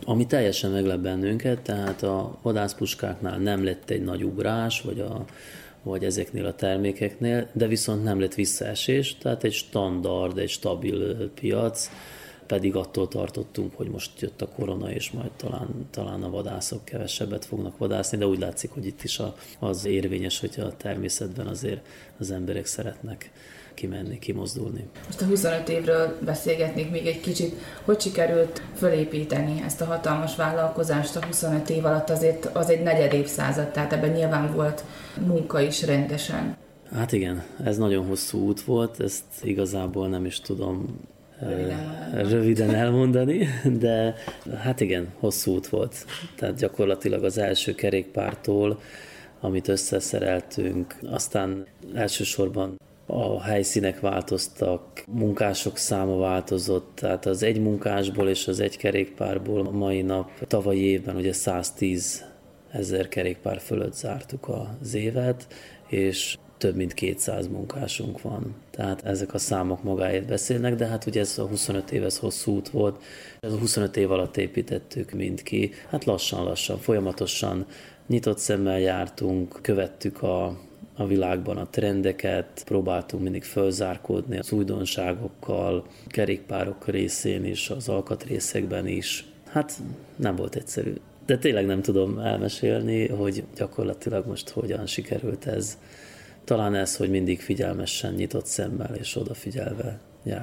Ami teljesen meglep bennünket, tehát a vadászpuskáknál nem lett egy nagy ugrás, vagy ezeknél a termékeknél, de viszont nem lett visszaesés, tehát egy standard, egy stabil piac, pedig attól tartottunk, hogy most jött a korona, és majd talán a vadászok kevesebbet fognak vadászni, de úgy látszik, hogy itt is az érvényes, hogy a természetben azért az emberek szeretnek kimenni, kimozdulni. Most a 25 évről beszélgetnék még egy kicsit. Hogy sikerült fölépíteni ezt a hatalmas vállalkozást a 25 év alatt? Azért az egy negyed évszázad, tehát ebben nyilván volt munka is rendesen. Hát igen, ez nagyon hosszú út volt, ezt igazából nem is tudom röviden elmondani, de hát igen, hosszú út volt. Tehát gyakorlatilag az első kerékpártól, amit összeszereltünk, aztán elsősorban a helyszínek változtak, munkások száma változott, tehát az egy munkásból és az egy kerékpárból a mai nap, tavalyi évben ugye 110 000 kerékpár fölött zártuk az évet, és több mint 200 munkásunk van. Tehát ezek a számok magáért beszélnek, de hát ugye ez a 25 év, ez hosszú út volt. Ez a 25 év alatt építettük mind ki. Hát lassan, folyamatosan nyitott szemmel jártunk, követtük a világban a trendeket, próbáltunk mindig fölzárkódni az újdonságokkal, kerékpárok részén is, az alkatrészekben is. Hát nem volt egyszerű. De tényleg nem tudom elmesélni, hogy gyakorlatilag most hogyan sikerült ez. Talán ez, hogy mindig figyelmesen, nyitott szemmel és odafigyelve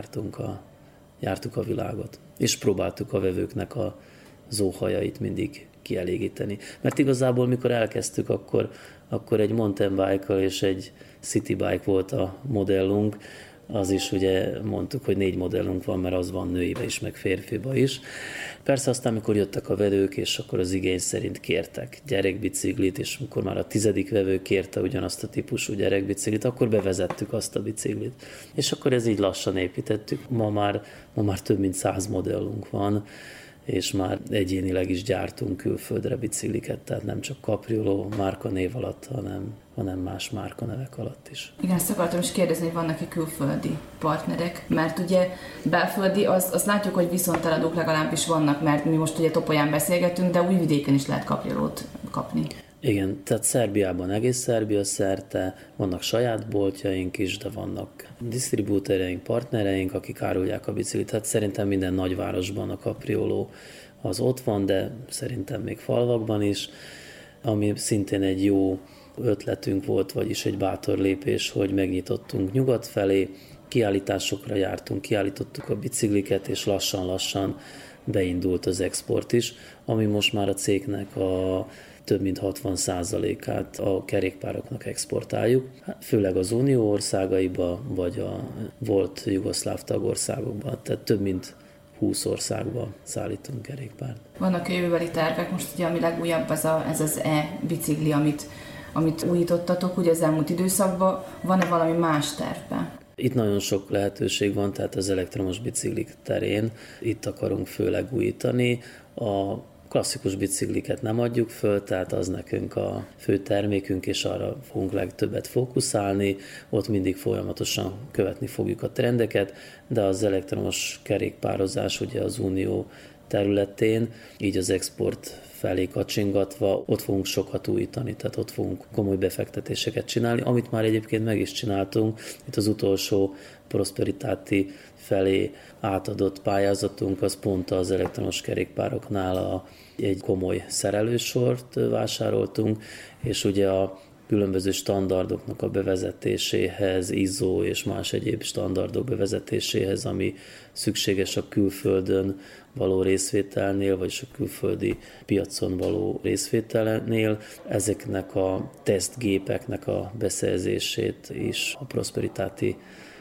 jártuk a világot. És próbáltuk a vevőknek az óhajait mindig kielégíteni. Mert igazából, mikor elkezdtük, akkor egy mountain bike-kal és egy city bike volt a modellunk. Az is ugye mondtuk, hogy 4 modellunk van, mert az van nőibe is, meg férfiba is. Persze aztán, amikor jöttek a vevők, és akkor az igény szerint kértek gyerekbiciklit, és amikor már a 10. vevő kérte ugyanazt a típusú gyerekbiciklit, akkor bevezettük azt a biciklit. És akkor ez így lassan építettük. Ma már több mint 100 modellunk van, és már egyénileg is gyártunk külföldre bicikliket, tehát nem csak Capriolo márkanév alatt, hanem más márkanevek alatt is. Igen, ezt akartam is kérdezni, hogy vannak-e külföldi partnerek, mert ugye belföldi, azt látjuk, hogy viszonteladók legalábbis vannak, mert mi most ugye Topolyán beszélgetünk, de Újvidéken is lehet Capriolót kapni. Igen, tehát Szerbiában egész Szerbia szerte, vannak saját boltjaink is, de vannak disztribútoreink, partnereink, akik árulják a biciklit. Tehát szerintem minden nagyvárosban a Capriolo az ott van, de szerintem még falvakban is, ami szintén egy jó ötletünk volt, vagyis egy bátor lépés, hogy megnyitottunk nyugat felé, kiállításokra jártunk, kiállítottuk a bicikliket, és lassan-lassan beindult az export is, ami most már a cégnek a több mint 60%-át a kerékpároknak exportáljuk, főleg az Unió országaiba, vagy a volt jugoszláv tagországokba, tehát több mint 20 országba szállítunk kerékpárt. Vannak jövőbeli tervek, most ugye ami legújabb ez az e-bicikli, amit újítottatok ugye az elmúlt időszakban, van-e valami más tervben? Itt nagyon sok lehetőség van, tehát az elektromos biciklik terén itt akarunk főleg újítani. A klasszikus bicikliket nem adjuk föl, tehát az nekünk a fő termékünk, és arra fogunk legtöbbet fókuszálni. Ott mindig folyamatosan követni fogjuk a trendeket, de az elektromos kerékpározás ugye az Unió területén, így az export felé kacsingatva, ott fogunk sokat újítani, tehát ott fogunk komoly befektetéseket csinálni, amit már egyébként meg is csináltunk. Itt az utolsó Prosperitáti felé átadott pályázatunk, az pont az elektromos kerékpároknál egy komoly szerelősort vásároltunk, és ugye a különböző standardoknak a bevezetéséhez, ISO és más egyéb standardok bevezetéséhez, ami szükséges a külföldön való részvételnél, vagyis a külföldi piacon való részvételnél. Ezeknek a tesztgépeknek a beszerzését is a Prosperitáti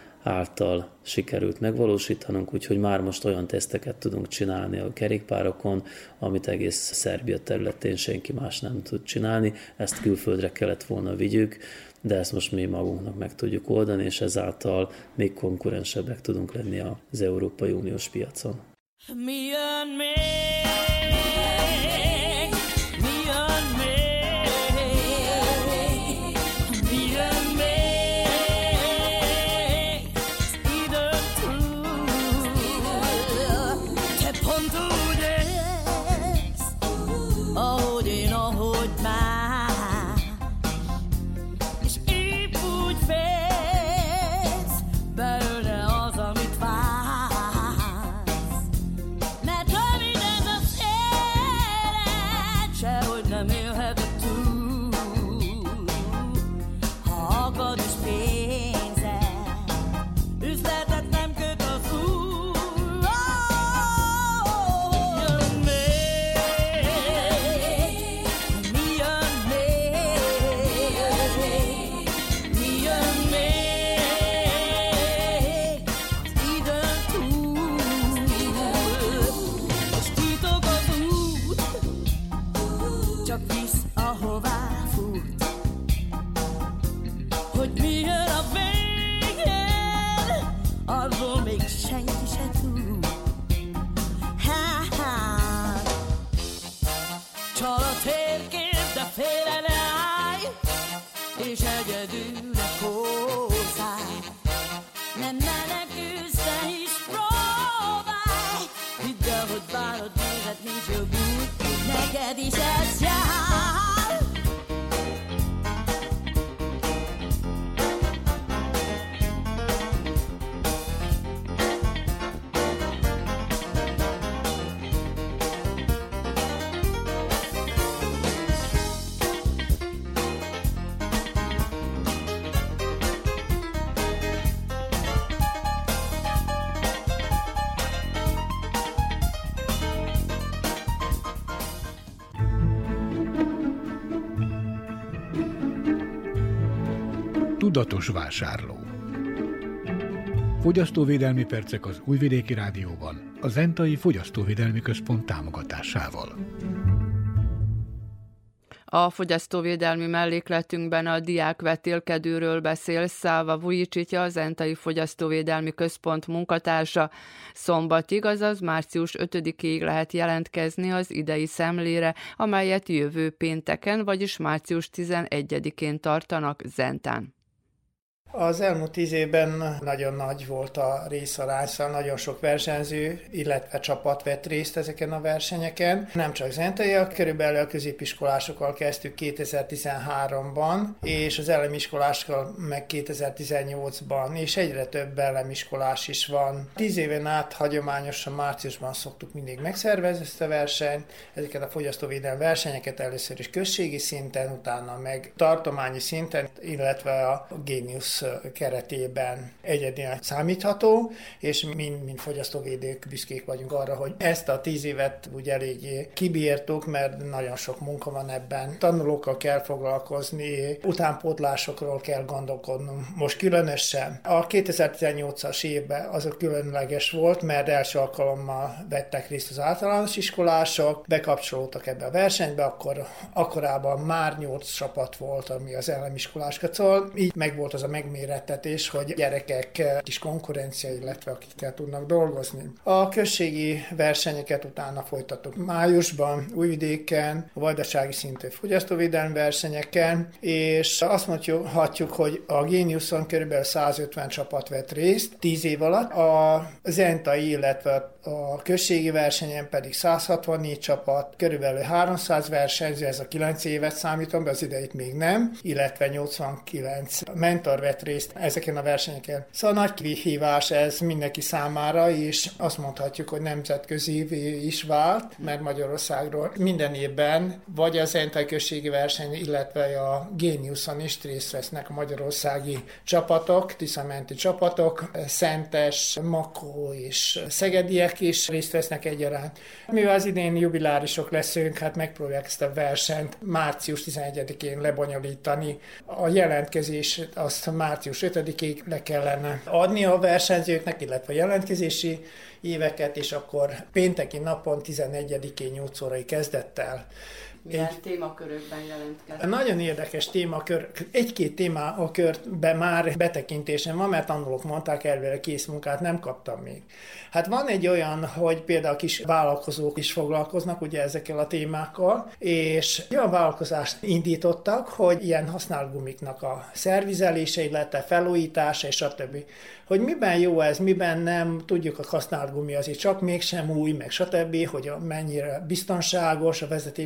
által sikerült megvalósítanunk, úgyhogy már most olyan teszteket tudunk csinálni a kerékpárokon, amit egész Szerbia területén senki más nem tud csinálni. Ezt külföldre kellett volna vigyük, de ezt most mi magunknak meg tudjuk oldani, és ezáltal még konkurensebbek tudunk lenni az Európai Uniós piacon. más, és épp úgy félsz, beölne az, amit vársz. Mert rövid ez az élet, sehogy nem élhet túl, ha akad is pénzed, üzletet nem köt az úr. És egyedül hozzá, nem menekülsz, te is próbálj. Hidd el, hogy várod, nézed, nincs jobb út, neked is ez jár. Tudatos vásárló. Fogyasztóvédelmi percek az Újvidéki Rádióban, a Zentai Fogyasztóvédelmi Központ támogatásával. A fogyasztóvédelmi mellékletünkben a diákvetélkedőről beszél Száva Vujicica, a Zentai Fogyasztóvédelmi Központ munkatársa. Szombatig, azaz március 5-ig lehet jelentkezni az idei szemlére, amelyet jövő pénteken, vagyis március 11-én tartanak Zentán. Az elmúlt 10 évben nagyon nagy volt a részarány, nagyon sok versenyző, illetve csapat vett részt ezeken a versenyeken. Nem csak zentaiak, körülbelül a középiskolásokkal kezdtük 2013-ban, és az elemiskolásokkal meg 2018-ban, és egyre több elemiskolás is van. 10 éven át hagyományosan márciusban szoktuk mindig megszervezni ezt a versenyt, ezeket a fogyasztóvédelmi versenyeket először is községi szinten, utána meg tartományi szinten, illetve a Géniusz keretében egyedileg számítható, és mind fogyasztóvédők büszkék vagyunk arra, hogy ezt a 10 évet úgy eléggé kibírtuk, mert nagyon sok munka van ebben. Tanulókkal kell foglalkozni, utánpótlásokról kell gondolkodnunk. Most különösen a 2018-as évben azok különleges volt, mert első alkalommal vettek részt az általános iskolások, bekapcsolódtak ebbe a versenybe, akkorában már 8 csapat volt, ami az elemiskolásokat szól. Így meg volt az a megmérettetés, hogy gyerekek kis konkurencia, illetve akikkel tudnak dolgozni. A községi versenyeket utána folytattuk májusban, Újvidéken, a vajdasági szintű fogyasztóvédelmi versenyeken, és azt mondhatjuk, hogy a Géniuszon kb. 150 csapat vett részt 10 év alatt, a zentai, illetve a községi versenyen pedig 164 csapat, körülbelül 300 versenyző, ez a 9 évet számítom, de az idejét még nem, illetve 89 mentor vett részt ezeken a versenyeken. Szóval nagy kihívás ez mindenki számára, és azt mondhatjuk, hogy nemzetközi is vált, mert Magyarországról minden évben vagy a zentai községi verseny, illetve a Géniuszon is részt vesznek a magyarországi csapatok, tiszamenti csapatok, Szentes, Makó és szegediek is részt vesznek egyaránt. Mivel az idén jubilárisok leszünk, hát megpróbálják ezt a versenyt március 11-én lebonyolítani. A jelentkezés azt március 5-ig le kellene adni a versenyzőknek, illetve a jelentkezési éveket, és akkor pénteki napon 11-én 8 órai kezdettel. Milyen témakörökben jelentkeznek? Nagyon érdekes témakör. Egy-két témakörben már betekintésem van, mert tanulók mondták, elvére kész munkát nem kaptam még. Hát van egy olyan, hogy például kis vállalkozók is foglalkoznak ugye ezekkel a témákkal, és olyan vállalkozást indítottak, hogy ilyen használt gumiknak a szervizelése, illetve felújítása és stb. Hogy miben jó ez, miben nem, tudjuk, a használt gumi azért csak mégsem új, meg stb., hogy mennyire biztonságos a vezetésen, de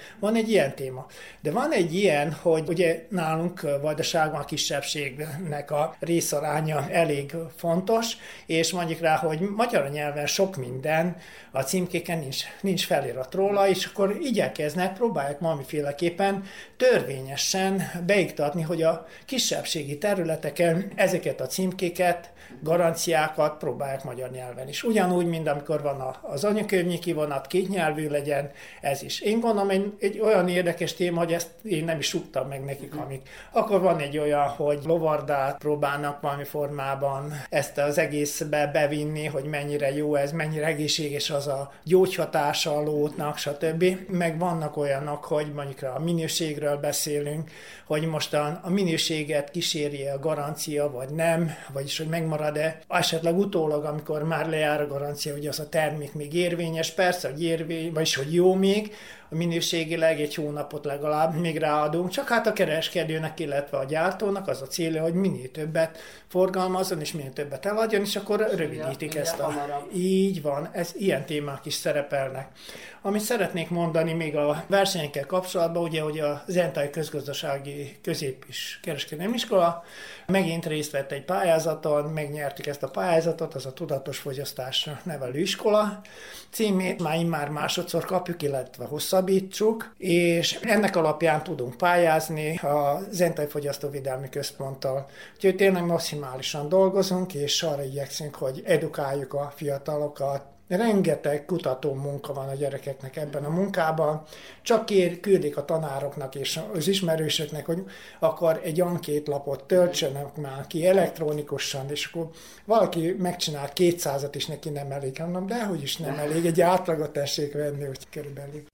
Van egy ilyen téma. De van egy ilyen, hogy ugye nálunk Vajdaságban a kisebbségnek a részaránya elég fontos, és mondjuk rá, hogy magyar nyelven sok minden, a címkéken nincs felirat róla, és akkor igyekeznek, próbálják valamiféleképpen törvényesen beiktatni, hogy a kisebbségi területeken ezeket a címkéket, garanciákat próbálják magyar nyelven is. Ugyanúgy, mint amikor van az anyakönyvnyi kivonat, kétnyelvű legyen, ez is. Én gondolom, egy olyan érdekes téma, hogy ezt én nem is súgtam meg nekik, akkor van egy olyan, hogy lovardát próbálnak valami formában ezt az egészbe bevinni, hogy mennyire jó ez, mennyire egészséges az a gyógyhatása a lótnak, stb. Meg vannak olyanok, hogy mondjuk a minőségről beszélünk, hogy most a minőséget kíséri a garancia, vagy nem, vagyis hogy megmarad-e, esetleg utólag, amikor már lejár a garancia, hogy az a termék még érvényes, persze, hogy vagyis hogy jó még, a minőségileg egy hónapot legalább még ráadunk, csak hát a kereskedőnek, illetve a gyártónak az a célja, hogy minél többet forgalmazzon, és minél többet eladjon, és akkor rövidítik ezt a... Így van, ilyen témák is szerepelnek. Amit szeretnék mondani még a versenyekkel kapcsolatban, ugye, hogy a Zentai Közgazdasági Közép- és Kereskedelmi Iskola megint részt vett egy pályázaton, megnyertük ezt a pályázatot, az a Tudatos Fogyasztásra Nevelő Iskola címét, már másodszor kapjuk, illetve hosszabbítsuk, és ennek alapján tudunk pályázni a Zentai Fogyasztóvédelmi Központtal. Úgyhogy tényleg maximálisan dolgozunk, és arra igyekszünk, hogy edukáljuk a fiatalokat. Rengeteg kutató munka van a gyerekeknek ebben a munkában, csak küldik a tanároknak és az ismerősöknek, hogy akkor egy ankétlapot töltsenek már ki elektronikusan, és akkor valaki megcsinál 200-at, és neki nem elég. Mondom, de hogy is nem elég, egy átlagot tessék venni, úgy körülbelül.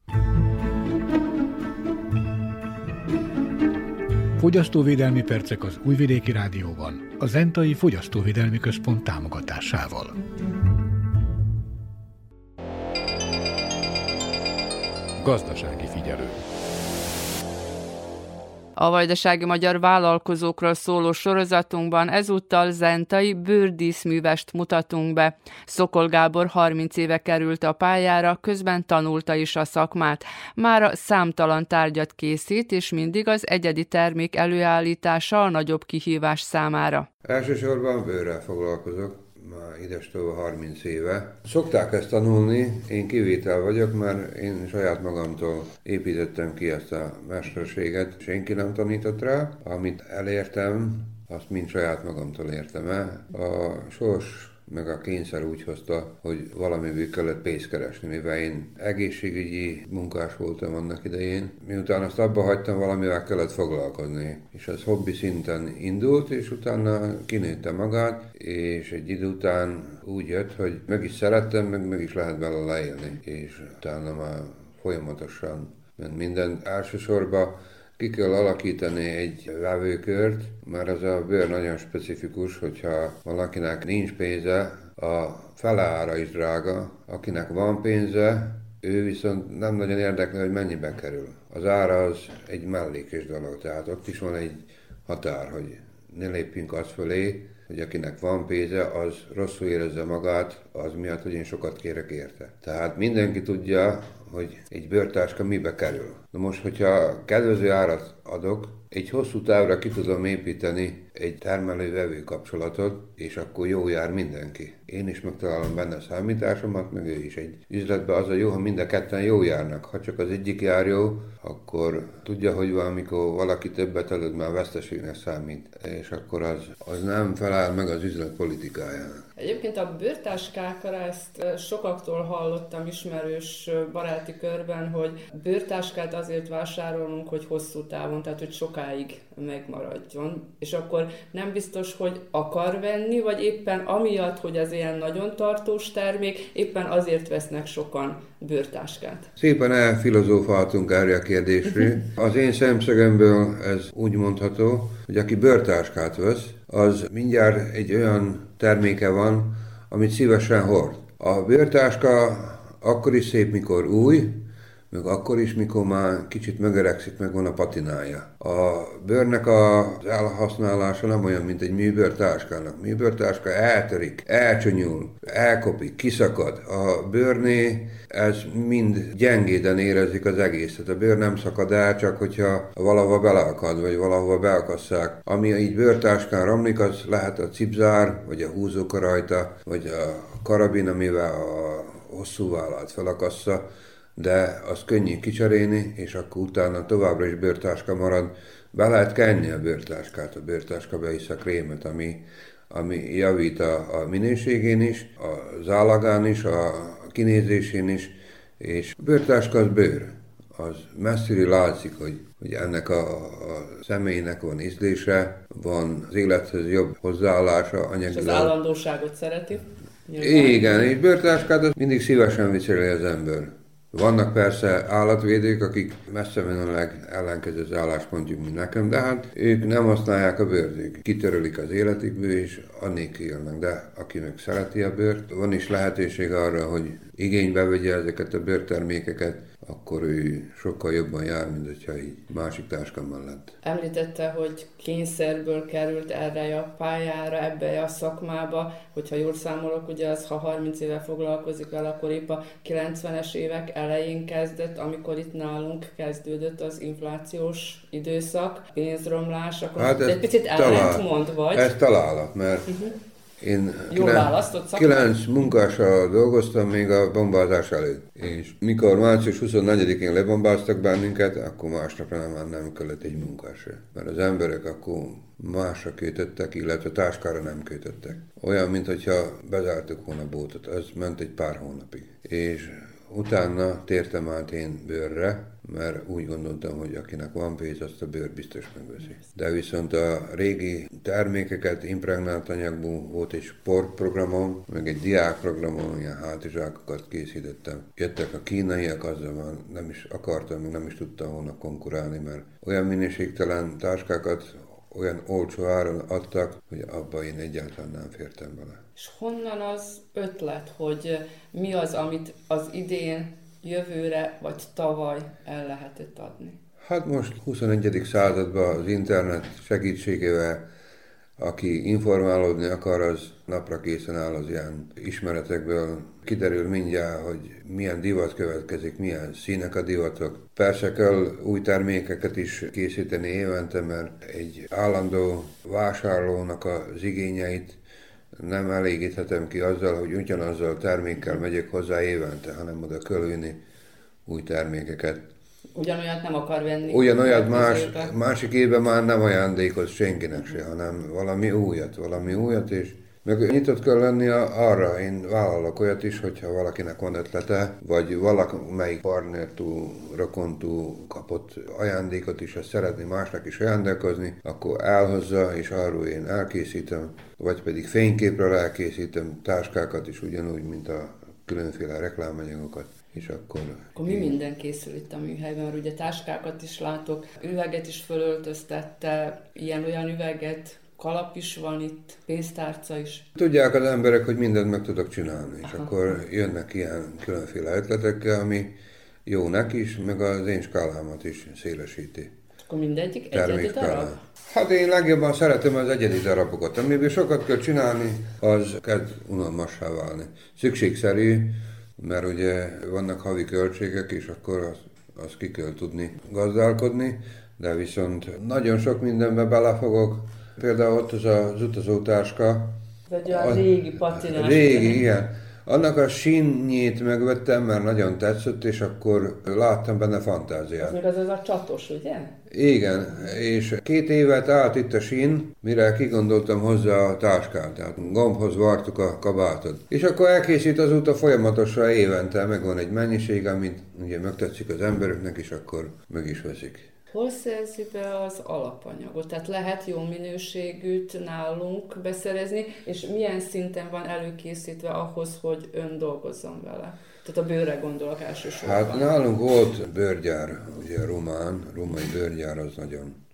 Fogyasztóvédelmi percek az Újvidéki Rádióban, a Zentai Fogyasztóvédelmi Központ támogatásával. Gazdasági figyelő. A vajdasági magyar vállalkozókról szóló sorozatunkban ezúttal zentai bőrdíszművest mutatunk be. Szokol Gábor 30 éve került a pályára, közben tanulta is a szakmát. Mára számtalan tárgyat készít, és mindig az egyedi termék előállítása a nagyobb kihívás számára. Elsősorban bőrrel foglalkozok. Már idestova 30 éve. Szokták ezt tanulni, én kivétel vagyok, mert én saját magamtól építettem ki ezt a mesterséget. Senki nem tanított rá. Amit elértem, azt mind saját magamtól értem el. A sors meg a kényszer úgy hozta, hogy valamiből kellett pénzt keresni, mivel én egészségügyi munkás voltam annak idején. Miután azt abba hagytam, valamivel kellett foglalkozni. És ez hobbi szinten indult, és utána kinőtte magát, és egy idő után úgy jött, hogy meg is szerettem, meg is lehet belőle élni. És utána már folyamatosan ment minden. Elsősorban ki kell alakítani egy vevőkört, mert az a bőr nagyon specifikus, hogyha valakinek nincs pénze, a fele ára is drága, akinek van pénze, ő viszont nem nagyon érdekli, hogy mennyibe kerül. Az ára az egy mellékes dolog, tehát ott is van egy határ, hogy ne lépjünk azt fölé, hogy akinek van pénze, az rosszul érezze magát az miatt, hogy én sokat kérek érte. Tehát mindenki tudja, hogy egy bőrtáska mibe kerül. Na most, hogyha kedvező árat adok, egy hosszú távra ki tudom építeni egy termelő-vevő kapcsolatot, és akkor jó jár mindenki. Én is megtalálom benne a számításomat, meg ő is. Egy üzletben az a jó, ha mind a ketten jó járnak. Ha csak az egyik jár jó, akkor tudja, hogy valamikor valaki többet adott, már veszteségnek számít. És akkor az nem felel meg az üzlet politikájának. Egyébként a bőrtáskákra ezt sokaktól hallottam ismerős baráti körben, hogy bőrtáskát azért vásárolunk, hogy hosszú távon, tehát hogy sokáig megmaradjon. És akkor nem biztos, hogy akar venni, vagy éppen amiatt, hogy ez ilyen nagyon tartós termék, éppen azért vesznek sokan bőrtáskát. Szépen elfilozófáltunk erre a kérdésre. Az én szemszögemből ez úgy mondható, hogy aki bőrtáskát vesz, az mindjárt egy olyan terméke van, amit szívesen hord. A bőrtáska akkor is szép, mikor új, még akkor is, mikor már kicsit megöregszik, meg van a patinája. A bőrnek az elhasználása nem olyan, mint egy műbőrtáskának. Műbőrtáska eltörik, elcsonyul, elkopik, kiszakad. A bőrné ez mind gyengéden érezik az egészet. A bőr nem szakad el, csak hogyha valahova beleakad, vagy valahova beakasszák. Ami így bőrtáskán romlik, az lehet a cipzár, vagy a húzóka rajta, vagy a karabin, amivel a hosszú vállát felakassza, de az könnyű kicserélni, és akkor utána továbbra is bőrtáska marad. Be lehet kenni a bőrtáskát, a bőrtáska behisz a krémet, ami javít a minőségén is, az állagán is, a kinézésén is, és a bőrtáska az bőr. Az messziről látszik, hogy ennek a személynek van ízlése, van az élethez jobb hozzáállása anyagilag. És az állandóságot szereti. Igen, és bőrtáskát az mindig szívesen viszeli az ember. Vannak persze állatvédők, akik messze menőleg ellenkező az álláspontjuk, mint nekem, de hát ők nem használják a bőrt, ők kitörölik az életükből, és annélkül élnek. De aki meg szereti a bőrt, van is lehetőség arra, hogy igénybe vegye ezeket a bőrtermékeket, akkor ő sokkal jobban jár, mint hogyha így másik táska mellett. Említette, hogy kényszerből került erre a pályára, ebbe a szakmába, hogyha jól számolok, ugye az, ha 30 éve foglalkozik vele, akkor épp a 90-es évek elején kezdett, amikor itt nálunk kezdődött az inflációs időszak, pénzromlás, akkor hát egy picit ellentmond vagy. Ez találat, mert én 9 munkással dolgoztam még a bombázás előtt, és mikor március 24-én lebombáztak bennünket, akkor másnapra nem kellett egy munkásra, mert az emberek akkor másra kötöttek, illetve táskára nem kötöttek. Olyan, mintha bezártuk volna a bótot, ez ment egy pár hónapig. És utána tértem át én bőrre, mert úgy gondoltam, hogy akinek van pénz, azt a bőr biztos megveszi. De viszont a régi termékeket, impregnált anyagból volt egy sportprogramom, meg egy diákprogramom, ilyen hátizsákokat készítettem. Jöttek a kínaiak, azzal már nem is akartam, még nem is tudtam volna konkurálni, mert olyan minőségtelen táskákat olyan olcsó áron adtak, hogy abba én egyáltalán nem fértem bele. És honnan az ötlet, hogy mi az, amit az idén, jövőre vagy tavaly el lehetett adni? Hát most 21. században az internet segítségével, aki informálódni akar, az napra készen áll az ilyen ismeretekből. Kiderül mindjárt, hogy milyen divat következik, milyen színek a divatok. Persze kell új termékeket is készíteni évente, mert egy állandó vásárlónak az igényeit nem elégíthetem ki azzal, hogy ugyanazzal a termékkel megyek hozzá évente, hanem oda kell vinni új termékeket. Ugyanolyat nem akar venni. Ugyanolyat másik évben már nem ajándékoz senkinek se, hanem valami újat, és meg nyitott kell lenni arra, én vállalok olyat is, hogyha valakinek van ötlete, vagy valamelyik partnertől, rokontól kapott ajándékot is, azt szeretné másnak is ajándékozni, akkor elhozza, és arról én elkészítem, vagy pedig fényképről elkészítem táskákat is ugyanúgy, mint a különféle reklámanyagokat. És akkor mi minden készül itt a műhelyben, mert ugye táskákat is látok, üveget is fölöltöztette, ilyen-olyan üveget, kalap is van itt, pénztárca is. Tudják az emberek, hogy mindent meg tudok csinálni, és akkor jönnek ilyen különféle ötletekkel, ami jó neki is, meg az én skálámat is szélesíti. Akkor mindegyik egyedi darab? Hát én legjobban szeretem az egyedi darabokat, amiből sokat kell csinálni, az kezd unalmassá válni. Szükségszerű, mert ugye vannak havi költségek, és akkor azt ki kell tudni gazdálkodni, de viszont nagyon sok mindenbe belefogok. Például ott az utazótáska. Ez egy olyan régi patinás. Régi, igen. Annak a sínjét megvettem, mert nagyon tetszett, és akkor láttam benne fantáziát. Ez még az a csatos, ugye? Igen, és 2 évet állt itt a sín, mire kigondoltam hozzá a táskát, tehát gombhoz vartuk a kabátot. És akkor elkészít azóta folyamatosan évente, megvan egy mennyiség, amit ugye megtetszik az embereknek, és akkor meg is veszik. Hol szerzi be az alapanyagot? Tehát lehet jó minőségűt nálunk beszerezni, és milyen szinten van előkészítve ahhoz, hogy ön dolgozzon vele? Tehát a bőrre gondolok elsősorban. Hát nálunk volt bőrgyár, ugye római bőrgyár az nagyon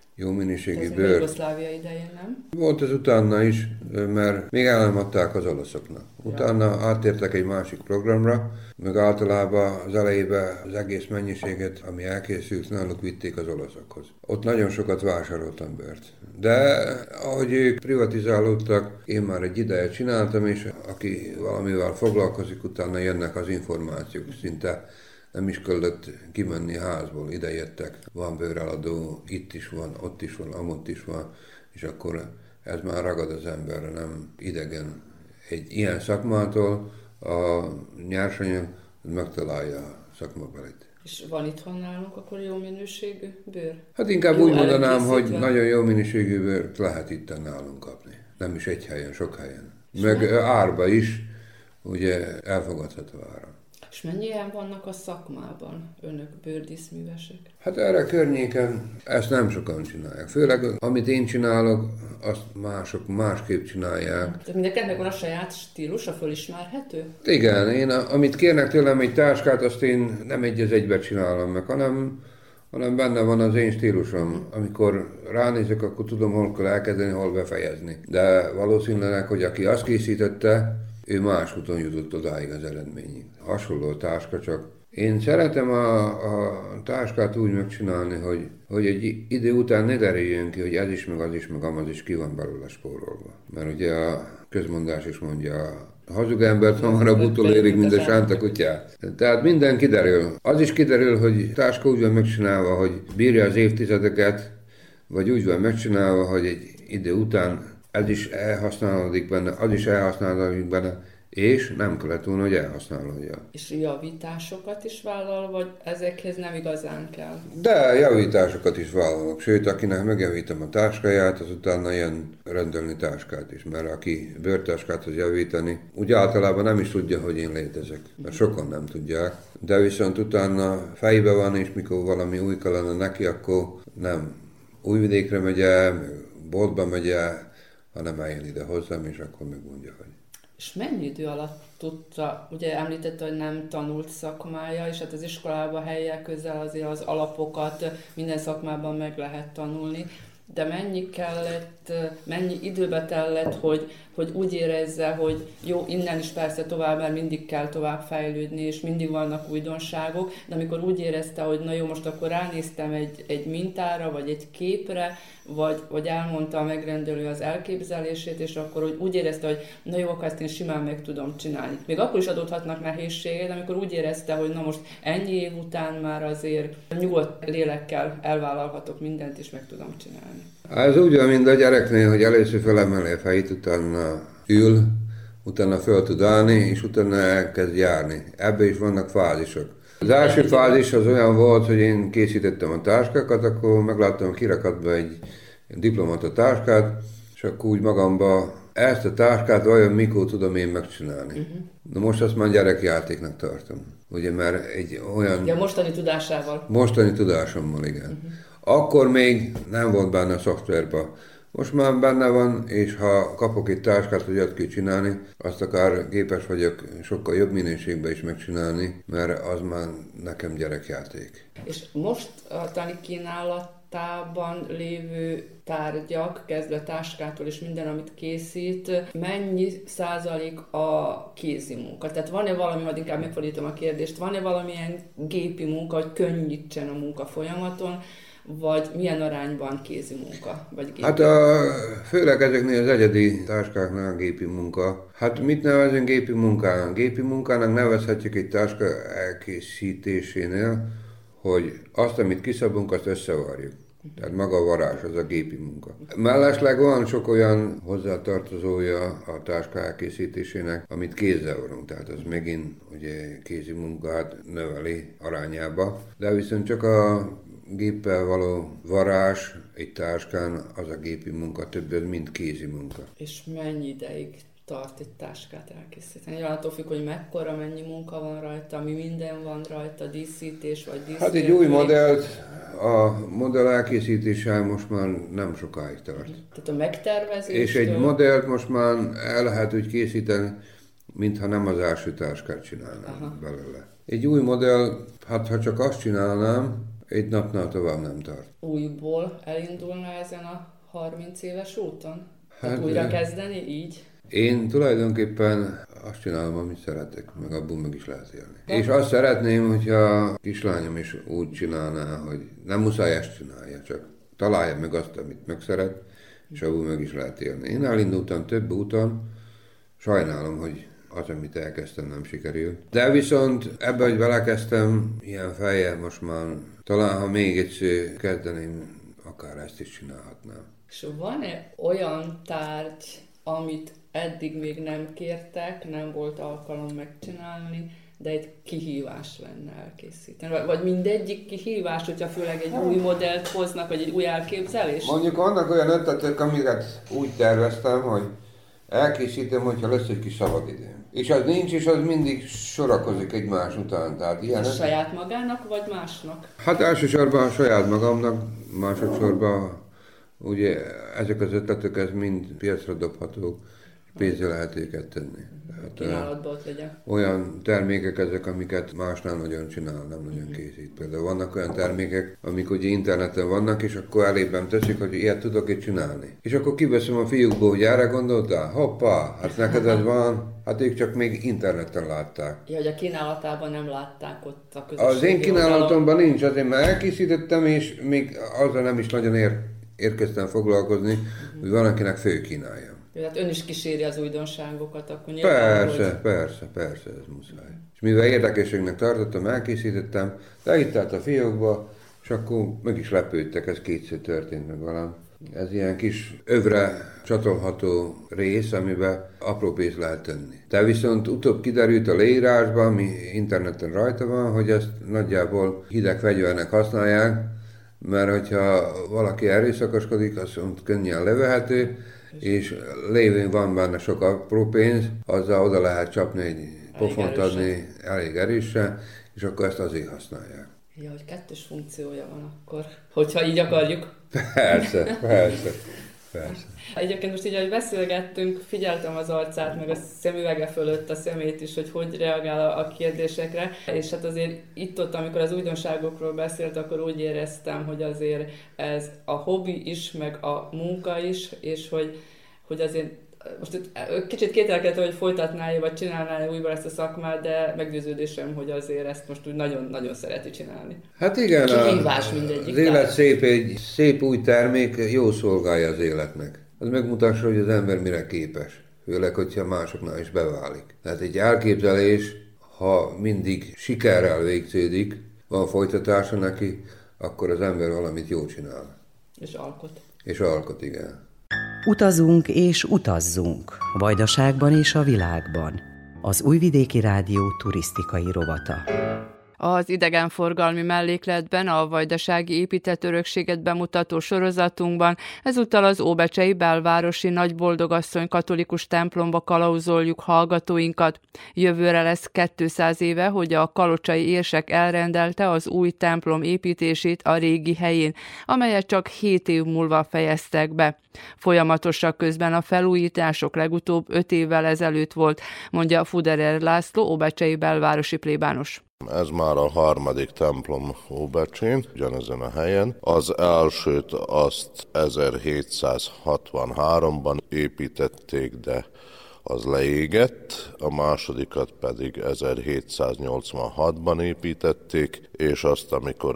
jó minőségű ez bőr. Jugoszlávia idején, nem? Volt ez utána is, mert még el nem adták az olaszoknak. Utána áttértek egy másik programra, meg általában az elejében az egész mennyiséget, ami elkészült, náluk vitték az olaszokhoz. Ott nagyon sokat vásároltam bőrt. De ahogy ők privatizálódtak, én már egy ideje csináltam, és aki valamivel foglalkozik, utána jönnek az információk, szinte nem is kellett kimenni a házból, ide jöttek, van bőreladó, itt is van, ott is van, amott is van, és akkor ez már ragad az emberre, nem idegen. Egy ilyen szakmától a nyersanyag megtalálja a szakmabelit. És van itthon nálunk akkor jó minőségű bőr? Hát inkább jó, úgy mondanám, hogy nagyon jó minőségű bőrt lehet itt nálunk kapni. Nem is egy helyen, sok helyen. Meg árba is, ugye elfogadható ára. És mennyien vannak a szakmában önök bőrdíszművesek? Hát erre környéken ezt nem sokan csinálják. Főleg amit én csinálok, azt mások másképp csinálják. Tehát mindenkinek van a saját stílusa, fölismerhető? Igen, én amit kérnek tőlem egy táskát, azt én nem egy az egybe csinálom meg, hanem benne van az én stílusom. Amikor ránézek, akkor tudom, hol kell elkezdeni, hol befejezni. De valószínűleg, hogy aki azt készítette, ő más úton jutott odáig az eredményig. Hasonló táska, csak én szeretem a táskát úgy megcsinálni, hogy egy idő után ne derüljön ki, hogy ez is, meg az is, meg amaz is ki van belőle spórolva. Mert ugye a közmondás is mondja, a hazug embert hamarabb utolérik, mint a sánta kutyát. Tehát minden kiderül. Az is kiderül, hogy táska úgy van megcsinálva, hogy bírja az évtizedeket, vagy úgy van megcsinálva, hogy egy idő után ez is elhasználódik benne, az is elhasználódik benne, és nem kellett volna, hogy elhasználódja. És javításokat is vállal, vagy ezekhez nem igazán kell? De javításokat is vállalok. Sőt, akinek megjavítom a táskáját, az utána jön rendelni táskát is. Mert aki bőrtáskát hoz javítani, úgy általában nem is tudja, hogy én létezek. Mert sokan nem tudják. De viszont utána fejbe van, és mikor valami új kellene neki, akkor nem Újvidékre megy el, boltba megy el, hanem eljön ide hozzám, és akkor megmondja, hogy... És mennyi idő alatt tudta, ugye említette, hogy nem tanult szakmája, és hát az iskolában helyek közel azért az alapokat minden szakmában meg lehet tanulni, de mennyi időbe tellett, hogy úgy érezze, hogy jó, innen is persze tovább, mert mindig kell tovább fejlődni, és mindig vannak újdonságok, de amikor úgy érezte, hogy na jó, most akkor ránéztem egy mintára, vagy egy képre, vagy elmondta a megrendelő az elképzelését, és akkor úgy érezte, hogy na jó, akkor ezt én simán meg tudom csinálni. Még akkor is adódhatnak nehézségek, de amikor úgy érezte, hogy na most ennyi év után már azért nyugodt lélekkel elvállalhatok mindent, és meg tudom csinálni. Ez úgy van, mint a gyereknél, hogy először felemeli a fejét, utána ül, utána föl tud állni, és utána elkezd járni. Ebben is vannak fázisok. Az első fázis az olyan volt, hogy én készítettem a táskákat, akkor megláttam a kirakatba egy diplomata táskát, és akkor úgy magamba ezt a táskát vajon mikor tudom én megcsinálni. Na most azt már gyerekjátéknak tartom. Ugye, mert egy olyan... Ja, mostani tudásával. Mostani tudásommal, igen. Akkor még nem volt benne a szoftverben. Most már benne van, és ha kapok egy táskát, hogy olyat kell csinálni, azt akár képes vagyok sokkal jobb minőségben is megcsinálni, mert az már nekem gyerekjáték. És most a tani kínálatában lévő tárgyak, kezdve táskától és minden, amit készít, mennyi százalék a kézi munka? Tehát van-e valami, hogy inkább megfordítom a kérdést, van-e valamilyen gépi munka, hogy könnyítsen a munka folyamaton, vagy milyen arányban kézi munka? Vagy gépi? Hát főleg ezeknél az egyedi táskáknál gépi munka. Hát mit nevezünk gépi munkának? Gépi munkának nevezhetjük egy táska elkészítésénél, hogy azt, amit kiszabunk, azt összevarjuk. Tehát maga a varázs, az a gépi munka. Mellesleg van sok olyan hozzátartozója a táska elkészítésének, amit kézzel varunk, tehát az megint ugye kézi munkát növeli arányába. De viszont csak a géppel való varázs egy táskán, az a gépi munka többet, mint kézi munka. És mennyi ideig tart egy táskát elkészíteni? Attól függ, hogy mekkora, mennyi munka van rajta, mi minden van rajta, díszítés vagy díszítés. Hát egy új modellt, a modell elkészítése most már nem sokáig tart. Tehát a megtervezéstől... És egy modellt most már el lehet úgy készíteni, mintha nem az első táskát csinálnám belőle. Egy új modell, hát ha csak azt csinálnám, egy napnál tovább nem tart. Újból elindulna ezen a 30 éves úton? Hát újra kezdeni így? Én tulajdonképpen azt csinálom, amit szeretek, meg abból meg is lehet élni. És azt szeretném, hogyha a kislányom is úgy csinálná, hogy nem muszáj ezt csinálja, csak találja meg azt, amit megszeret, és abból meg is lehet élni. Én elindultam több úton, sajnálom, hogy az, amit elkezdtem, nem sikerült. De viszont ebbe, hogy belekezdtem, ilyen fejjel most már talán, ha még egyszer kezdeném, akár ezt is csinálhatnám. És van-e olyan tárgy, amit eddig még nem kértek, nem volt alkalom megcsinálni, de egy kihívás lenne elkészíteni? Vagy mindegyik kihívás, hogyha főleg egy új modellt hoznak, vagy egy új elképzelés? Mondjuk vannak olyan ötletek, amiket úgy terveztem, hogy elkészítem, hogyha lesz egy kis szabadidő. És az nincs, és az mindig sorakozik egymás után. Tehát ilyen saját magának, vagy másnak? Hát elsősorban a saját magamnak, másodszorban ugye ezek az ötletek, ez mind piacra dobhatók, pénzre lehet őket tenni. Kínálatban ott legyen. Olyan termékek ezek, amiket másnál nagyon csinál, nem nagyon készít. Például vannak olyan termékek, amik ugye interneten vannak, és akkor elében teszik, hogy ilyet tudok itt csinálni. És akkor kiveszem a fiúkból, hogy erre gondoltál? Hoppá, hát neked ez van, hát ők csak még interneten látták. Ja, hogy a kínálatában nem látták ott a közösségi Az én kínálatomban nincs, azért már elkészítettem, és még azzal nem is nagyon érkeztem foglalkozni, hogy van, akinek főkínáljam. Hát ön is kíséri az újdonságokat, akkor nyilván, persze, ez muszáj. És mivel érdekességnek tartottam, elkészítettem, leittált a fiókba, és akkor meg is lepődtek, ez kétszer történt meg velem. Ez ilyen kis övre csatolható rész, amiben apró pénzt lehet tenni. De viszont utóbb kiderült a leírásban, ami interneten rajta van, hogy ezt nagyjából hideg fegyvernek használják, mert hogyha valaki erőszakoskodik, az könnyen levehető, és lévén van benne sok apró pénz, azzal oda lehet csapni, egy pofont adni elég erősen, és akkor ezt azért használják. Ja, hogy kettős funkciója van akkor, hogyha így akarjuk. Persze. Egyébként most így, ahogy beszélgettünk, figyeltem az arcát, meg a szemüvege fölött a szemét is, hogy reagál a kérdésekre, és hát azért itt-ott, amikor az újdonságokról beszélt, akkor úgy éreztem, hogy azért ez a hobbi is, meg a munka is, és hogy azért most itt kicsit kételkedtem, hogy folytatná-e, vagy csinálná-e újra ezt a szakmát, de meggyőződésem, hogy azért ezt most úgy nagyon-nagyon szereti csinálni. Hát igen, kihívás mindegyik. Az élet egy szép új termék, jó szolgálja az életnek. Az megmutassa, hogy az ember mire képes, főleg, hogyha másoknál is beválik. Tehát egy elképzelés, ha mindig sikerrel végződik, van folytatása neki, akkor az ember valamit jól csinál. És alkot, igen. Utazunk és utazzunk, Vajdaságban és a világban. Az Újvidéki Rádió turisztikai rovata. Az idegenforgalmi mellékletben a vajdasági épített örökséget bemutató sorozatunkban ezúttal az óbecsei belvárosi Nagyboldogasszony katolikus templomba kalauzoljuk hallgatóinkat. Jövőre lesz 200 éve, hogy a kalocsai érsek elrendelte az új templom építését a régi helyén, amelyet csak 7 év múlva fejeztek be. Folyamatosak közben a felújítások, legutóbb 5 évvel ezelőtt volt, mondja Fuderer László, óbecsei belvárosi plébános. Ez már a 3. templom Óbecsén, ugyanezen a helyen. Az elsőt azt 1763-ban építették, de az leégett, a másodikat pedig 1786-ban építették, és azt, amikor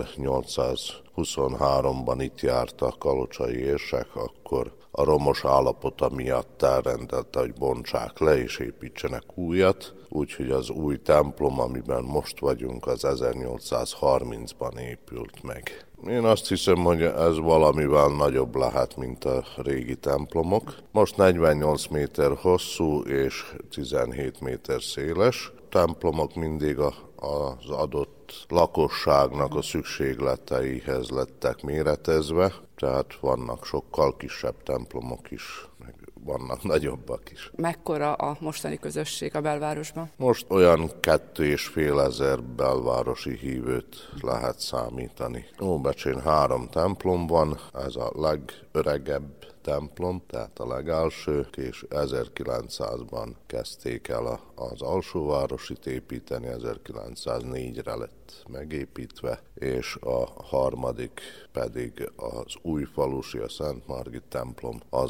1823-ban itt járt a kalocsai érsek, akkor a romos állapota miatt elrendelte, hogy bontsák le és építsenek újat, úgyhogy az új templom, amiben most vagyunk, az 1830-ban épült meg. Én azt hiszem, hogy ez valamivel nagyobb lehet, mint a régi templomok. Most 48 méter hosszú és 17 méter széles. Templomok mindig az adott lakosságnak a szükségleteihez lettek méretezve, tehát vannak sokkal kisebb templomok is, meg vannak nagyobbak is. Mekkora a mostani közösség a belvárosban? Most olyan 2500 belvárosi hívőt lehet számítani. Óbecsén 3 templom van, ez a legöregebb templom, tehát a legelső, és 1900-ban kezdték el az alsóvárosit építeni, 1904-re lett megépítve, és a harmadik pedig az újfalusi, a Szent Margit templom, az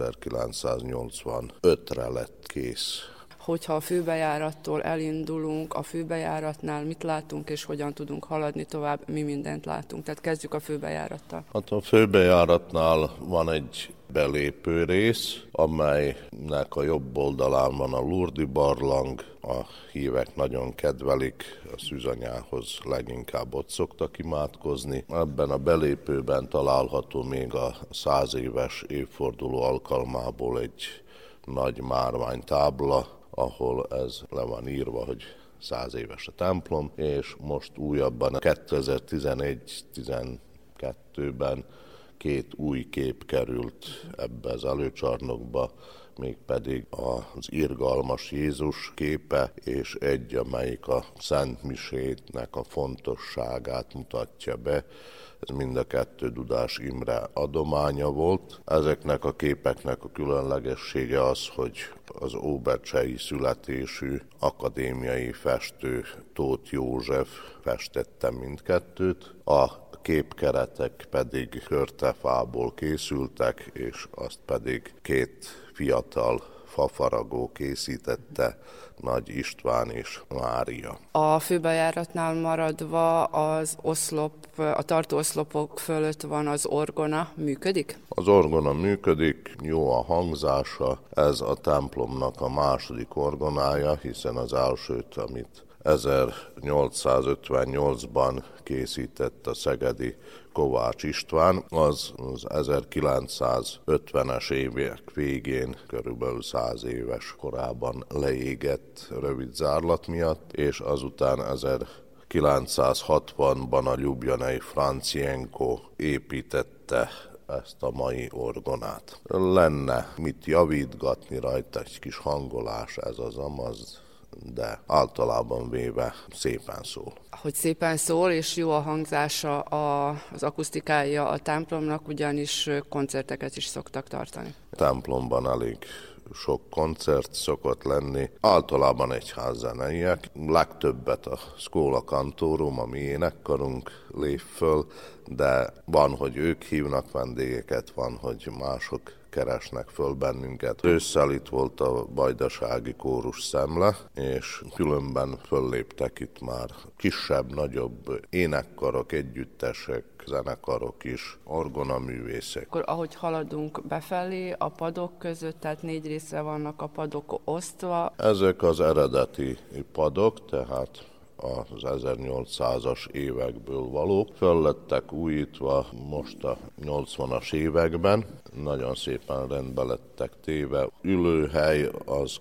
1985-re lett kész. Hogyha a főbejárattól elindulunk, a főbejáratnál mit látunk, és hogyan tudunk haladni tovább, mi mindent látunk. Tehát kezdjük a főbejárattal. Hát a főbejáratnál van egy belépő rész, amelynek a jobb oldalán van a Lurdi barlang. A hívek nagyon kedvelik, a Szűzanyához leginkább ott szoktak imádkozni. Ebben a belépőben található még a 100 éves évforduló alkalmából egy nagy márványtábla, ahol ez le van írva, hogy 100 éves a templom, és most újabban 2011-12-ben 2 új kép került ebbe az előcsarnokba, mégpedig az irgalmas Jézus képe, és egy, amelyik a Szent Misének a fontosságát mutatja be. Ez mind a kettő Dudás Imre adománya volt. Ezeknek a képeknek a különlegessége az, hogy az óbecsei születésű akadémiai festő Tóth József festette mindkettőt. A képkeretek pedig körtefából készültek, és azt pedig 2 fiatal fafaragó készítette, Nagy István és Mária. A főbejáratnál maradva az oszlop, a tartóoszlopok fölött van az orgona, működik? Az orgona működik, jó a hangzása, ez a templomnak a második orgonája, hiszen az elsőt, amit 1858-ban készített a szegedi Kovács István, az 1950-es évek végén, körülbelül 100 éves korában leégett rövid zárlat miatt, és azután 1960-ban a ljubljanai Francienko építette ezt a mai orgonát. Lenne mit javítgatni rajta, egy kis hangolás, ez az amaz, de általában véve szépen szól. Hogy szépen szól, és jó a hangzása, az akusztikája a templomnak, ugyanis koncerteket is szoktak tartani. A templomban elég sok koncert szokott lenni, általában egyházzeneiek, legtöbbet a Schola Cantorum, a mi énekkarunk lép föl, de van, hogy ők hívnak vendégeket, van, hogy mások keresnek föl bennünket. Ősszel itt volt a vajdasági kórus Szemle, és különben fölléptek itt már kisebb, nagyobb énekkarok, együttesek, zenekarok is, orgonaművészek. Akkor ahogy haladunk befelé, a padok között, tehát 4 részre vannak a padok osztva. Ezek az eredeti padok, tehát az 1800-as évekből valók. Föl lettek újítva most a 80-as években, nagyon szépen rendbe lettek téve. Ülőhely az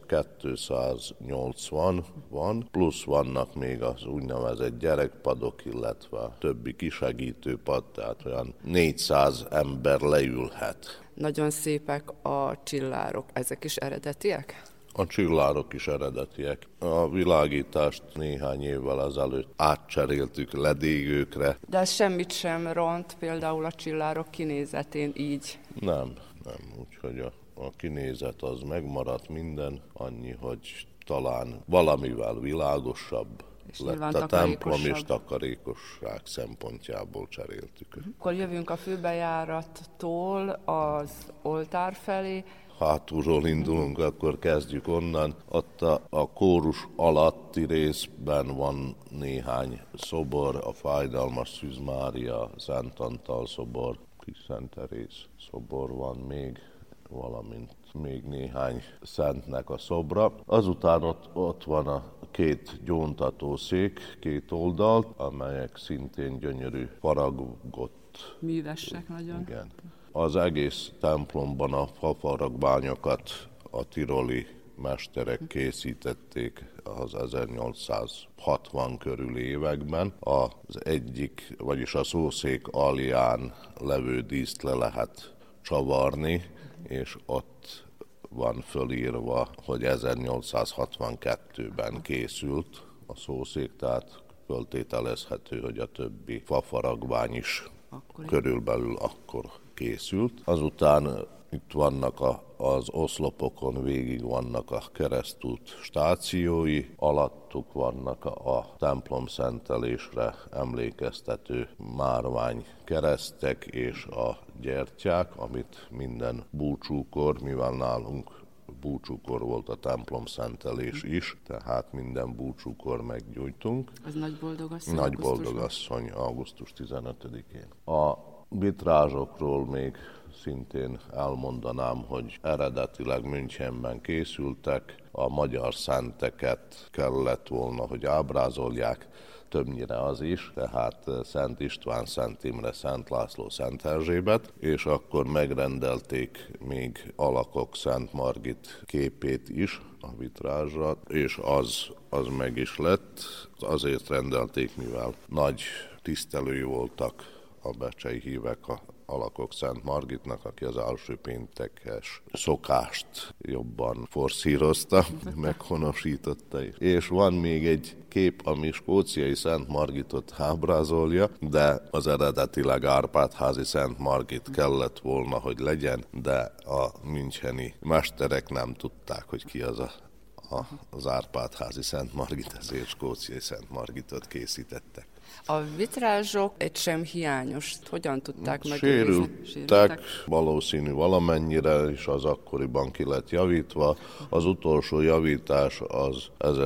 280 van, plusz vannak még az úgynevezett gyerekpadok, illetve a többi kisegítőpad, tehát olyan 400 ember leülhet. Nagyon szépek a csillárok, ezek is eredetiek? A csillárok is eredetiek. A világítást néhány évvel ezelőtt átcseréltük ledégőkre. De ez semmit sem ront, például a csillárok kinézetén így? Nem. Úgyhogy a kinézet az megmaradt minden, annyi, hogy talán valamivel világosabb lett a templom, és takarékosság szempontjából cseréltük. Akkor jövünk a főbejárattól az oltár felé. Hátulról indulunk, akkor kezdjük onnan. Ott a kórus alatti részben van néhány szobor, a Fájdalmas Szűz Mária, Szent Antal szobor, Kis Szent Teréz szobor van még, valamint még néhány szentnek a szobra. Azután ott van a 2 gyóntatószék, 2 oldalt, amelyek szintén gyönyörű faragott. Művesek nagyon. Igen. Az egész templomban a fafaragványokat a tiroli mesterek készítették az 1860 körüli években. Az egyik, vagyis a szószék alján levő díszt le lehet csavarni, és ott van fölírva, hogy 1862-ben készült a szószék, tehát föltételezhető, hogy a többi fafaragvány is körülbelül akkor készült. Azután Itt vannak az oszlopokon végig vannak a keresztút stációi, alattuk vannak a templom szentelésre emlékeztető márvány keresztek és a gyertyák, amit minden búcsúkor, mivel nálunk búcsúkor volt a templom szentelés is, tehát minden búcsúkor meggyújtunk. Az Nagy Boldogasszony? Nagy Boldogasszony, augusztus 15-én. A vitrázsokról még szintén elmondanám, hogy eredetileg Münchenben készültek, a magyar szenteket kellett volna, hogy ábrázolják, többnyire az is, tehát Szent István, Szent Imre, Szent László, Szent Erzsébet, és akkor megrendelték még Alakok Szent Margit képét is a vitrázsra, és az meg is lett. Azért rendelték, mivel nagy tisztelői voltak a becsei hívek a Alakok Szent Margitnak, aki az első péntekes szokást jobban forszírozta, meghonosította. És van még egy kép, ami skóciai Szent Margitot ábrázolja, de az eredetileg Árpád-házi Szent Margit kellett volna, hogy legyen, de a müncheni mesterek nem tudták, hogy ki az Árpád-házi Szent Margit, ezért skóciai Szent Margitot készítettek. A vitrázsok egy sem hiányos. Hogyan tudták Sérültek, valószínű valamennyire, és az akkoriban ki lett javítva. Az utolsó javítás az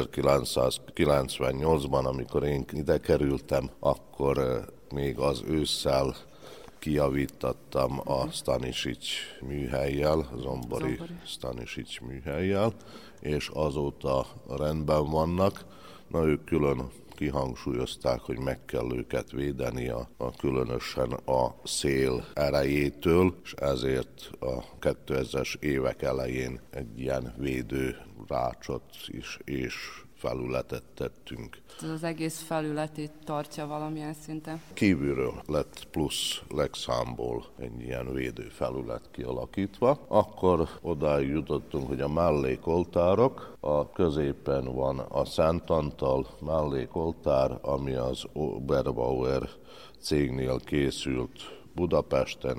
1998-ban, amikor én ide kerültem, akkor még az ősszel kijavítattam a Stanisics műhellyel, Zombori Stanisics műhellyel, és azóta rendben vannak. Na, ők külön kihangsúlyozták, hogy meg kell őket védeni különösen a szél erejétől, és ezért a 2000-es évek elején egy ilyen védőrácsot is és felületet tettünk. Ez az egész felületét tartja valamilyen szinten? Kívülről lett plusz legszámból egy ilyen védőfelület kialakítva. Akkor odáig jutottunk, hogy a mellékoltárok, a középen van a Szent Antal mellékoltár, ami az Oberbauer cégnél készült Budapesten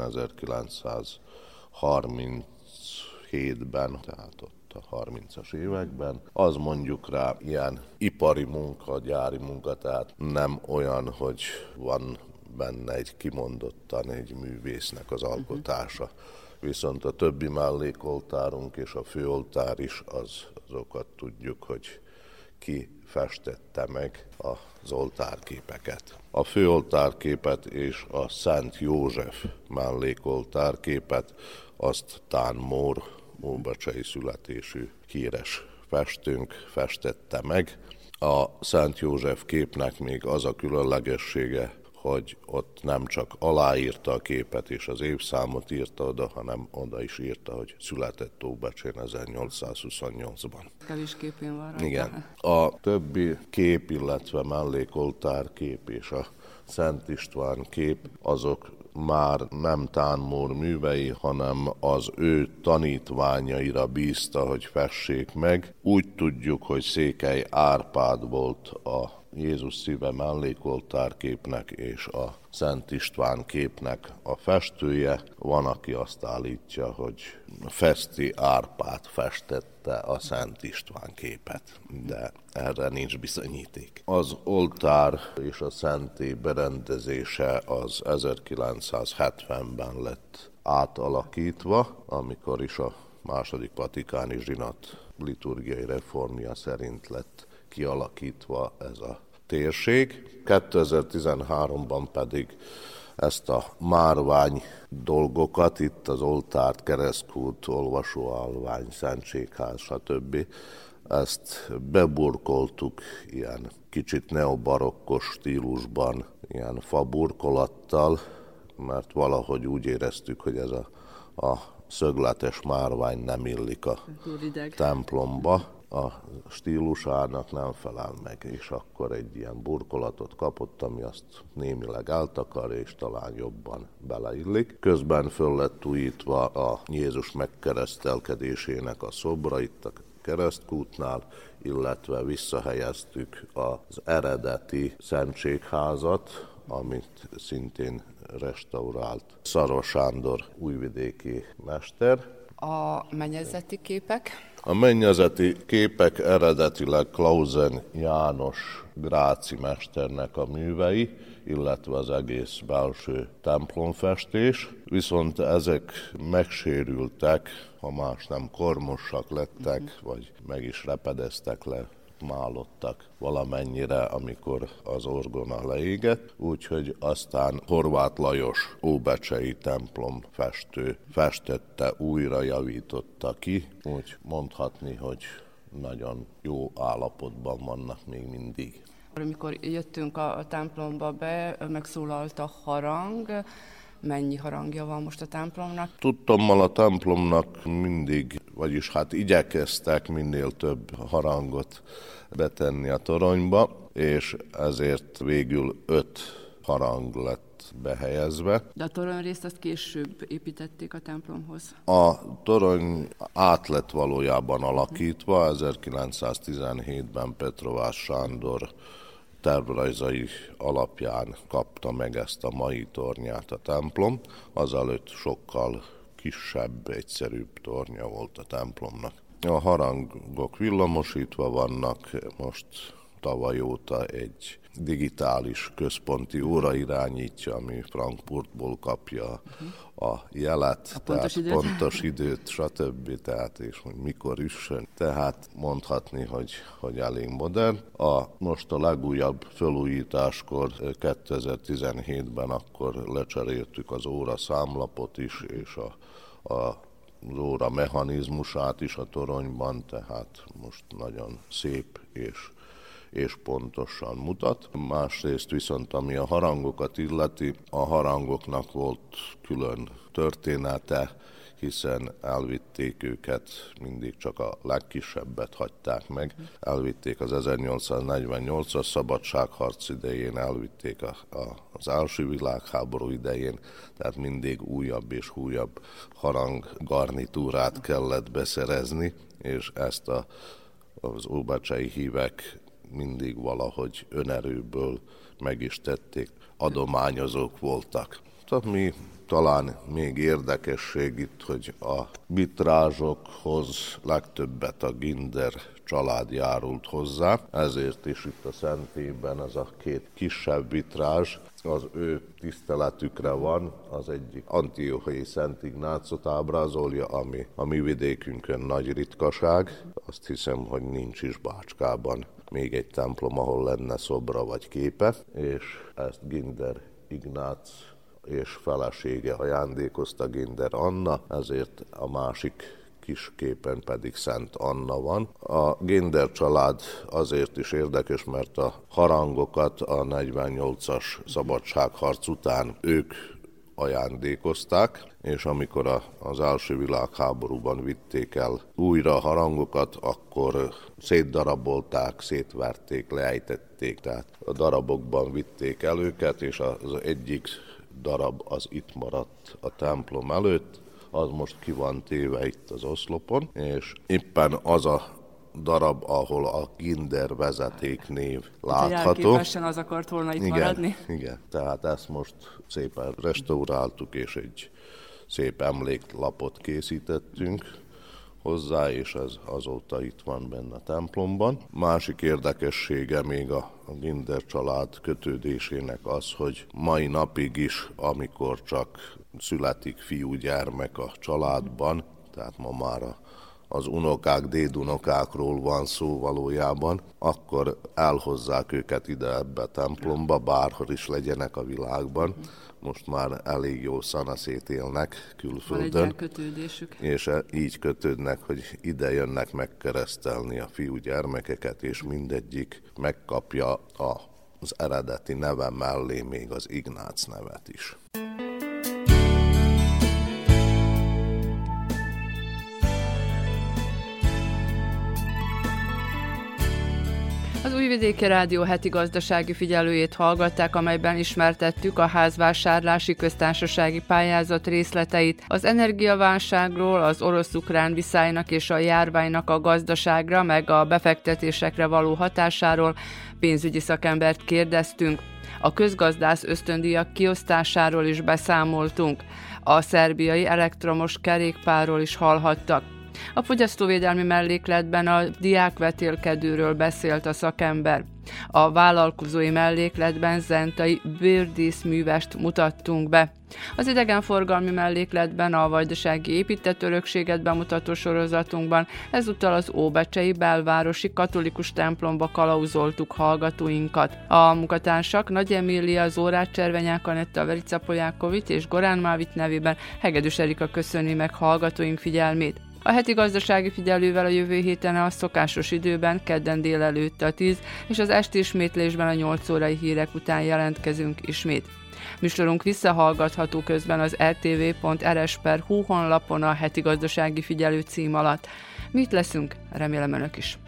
1937-ben, tehát ott a 30-as években. Az mondjuk rá ilyen ipari munka, gyári munka, tehát nem olyan, hogy van benne egy kimondottan egy művésznek az alkotása. Viszont a többi mellékoltárunk és a főoltár is azokat tudjuk, hogy ki festette meg az oltárképeket. A főoltárképet és a Szent József mellékoltárképet azt Tán Mór, óbecsei születésű híres festőnk festette meg. A Szent József képnek még az a különlegessége, hogy ott nem csak aláírta a képet és az évszámot írta oda, hanem oda is írta, hogy született Óbecsén 1828-ban. Kevés képén van rajta. Igen. A többi kép, illetve mellékoltár kép és a Szent István kép, azok már nem Tán Mór művei, hanem az ő tanítványaira bízta, hogy fessék meg. Úgy tudjuk, hogy Székely Árpád volt a Jézus szíve mellékoltárképnek és a Szent István képnek a festője. Van, aki azt állítja, hogy Feszti Árpád festette a Szent István képet, de erre nincs bizonyíték. Az oltár és a szentély berendezése az 1970-ben lett átalakítva, amikor is a második vatikáni zsinat liturgiai reformja szerint lett kialakítva ez a térség. 2013-ban pedig ezt a márvány dolgokat, itt az oltárt, keresztkút, olvasóállvány, szentségház, stb. Ezt beburkoltuk ilyen kicsit neobarokkos stílusban, ilyen faburkolattal, mert valahogy úgy éreztük, hogy ez a szögletes márvány nem illik a templomba, a stílusának nem felel meg, és akkor egy ilyen burkolatot kapott, ami azt némileg eltakarja, és talán jobban beleillik. Közben föl lett újítva a Jézus megkeresztelkedésének a szobra itt a keresztkútnál, illetve visszahelyeztük az eredeti szentségházat, amit szintén restaurált Szaros Sándor újvidéki mester. A mennyezeti képek? A mennyezeti képek eredetileg Klausen János gráci mesternek a művei, illetve az egész belső templomfestés, viszont ezek megsérültek, ha más nem, kormosak lettek, vagy meg is repedeztek le, málottak valamennyire, amikor az orgona leégett, úgyhogy aztán Horváth Lajos óbecsei templomfestő festette, újra javította ki, úgy mondhatni, hogy nagyon jó állapotban vannak még mindig. Amikor jöttünk a templomba be, megszólalt a harang. Mennyi harangja van most a templomnak? Tudtommal a templomnak mindig, vagyis hát igyekeztek minél több harangot betenni a toronyba, és ezért végül 5 harang lett behelyezve. De a toronyrészt azt később építették a templomhoz? A torony át lett valójában alakítva, 1917-ben Petrovás Sándor tervrajzai alapján kapta meg ezt a mai tornyát a templom, azelőtt sokkal kisebb, egyszerűbb tornya volt a templomnak. A harangok villamosítva vannak, most tavaly óta egy digitális központi óra irányítja, ami Frankfurtból kapja a jelet, pontos időt, stb. Tehát, és hogy mikor üssön. Tehát mondhatni, hogy elég modern. Most a legújabb felújításkor 2017-ben akkor lecseréltük az óra számlapot is, és az óra mechanizmusát is a toronyban, tehát most nagyon szép és pontosan mutat. Másrészt viszont, ami a harangokat illeti, a harangoknak volt külön története, hiszen elvitték őket, mindig csak a legkisebbet hagyták meg. Elvitték az 1848-as szabadságharc idején, elvitték az első világháború idején, tehát mindig újabb és újabb haranggarnitúrát kellett beszerezni, és ezt az óbecsei hívek mindig valahogy önerőből meg is tették, adományozók voltak. Tehát mi talán még érdekesség itt, hogy a vitrázsokhoz legtöbbet a Ginder család járult hozzá, ezért is itt a szentében ez a 2 kisebb vitrázs az ő tiszteletükre van, az egyik Antiochai Szent Ignácot ábrázolja, ami a mi vidékünkön nagy ritkaság. Azt hiszem, hogy nincs is Bácskában még egy templom, ahol lenne szobra vagy képe, és ezt Ginder Ignác és felesége ajándékozta, Ginder Anna, ezért a másik kis képen pedig Szent Anna van. A Ginder család azért is érdekes, mert a harangokat a 48-as szabadságharc után ők ajándékozták, és amikor az első világháborúban vitték el újra a harangokat, akkor szétdarabolták, szétverték, leejtették, tehát a darabokban vitték el őket, és az egyik darab az itt maradt a templom előtt, az most ki van téve itt az oszlopon, és éppen az a darab, ahol a Ginder vezetéknév látható. Jelképesen az akart volna itt maradni. Igen, tehát ezt most szépen restauráltuk, és egy szép emléklapot készítettünk hozzá, és ez azóta itt van benne a templomban. Másik érdekessége még a Ginder család kötődésének az, hogy mai napig is, amikor csak születik fiú-gyermek a családban, tehát ma már az unokák, dédunokákról van szó valójában, akkor elhozzák őket ide ebbe a templomba, bárhol is legyenek a világban. Most már elég jó szanaszét élnek külföldön, és így kötődnek, hogy ide jönnek megkeresztelni a fiú-gyermekeket, és mindegyik megkapja az eredeti neve mellé még az Ignác nevet is. Az Újvidéki Rádió heti gazdasági figyelőjét hallgatták, amelyben ismertettük a házvásárlási köztársasági pályázat részleteit, az energiaválságról, az orosz-ukrán viszálynak és a járványnak a gazdaságra, meg a befektetésekre való hatásáról pénzügyi szakembert kérdeztünk. A közgazdász ösztöndíjak kiosztásáról is beszámoltunk. A szerbiai elektromos kerékpárról is hallhattak. A fogyasztóvédelmi mellékletben a diákvetélkedőről beszélt a szakember. A vállalkozói mellékletben zentai bőrdíszművest mutattunk be. Az idegenforgalmi mellékletben a vajdasági épített örökséget bemutató sorozatunkban ezúttal az óbecsei belvárosi katolikus templomba kalauzoltuk hallgatóinkat. A munkatársak Nagy Emília, Zórát Cservenyák Anetta, Verica Polyákovics és Gorán Mávit nevében Hegedűs Erika köszöni meg hallgatóink figyelmét. A heti gazdasági figyelővel a jövő héten a szokásos időben, kedden délelőtt a 10 és az esti ismétlésben a 8 órai hírek után jelentkezünk ismét. Műsorunk visszahallgatható közben az rtv.rs.hu honlapon a heti gazdasági figyelő cím alatt. Mi itt leszünk, remélem önök is.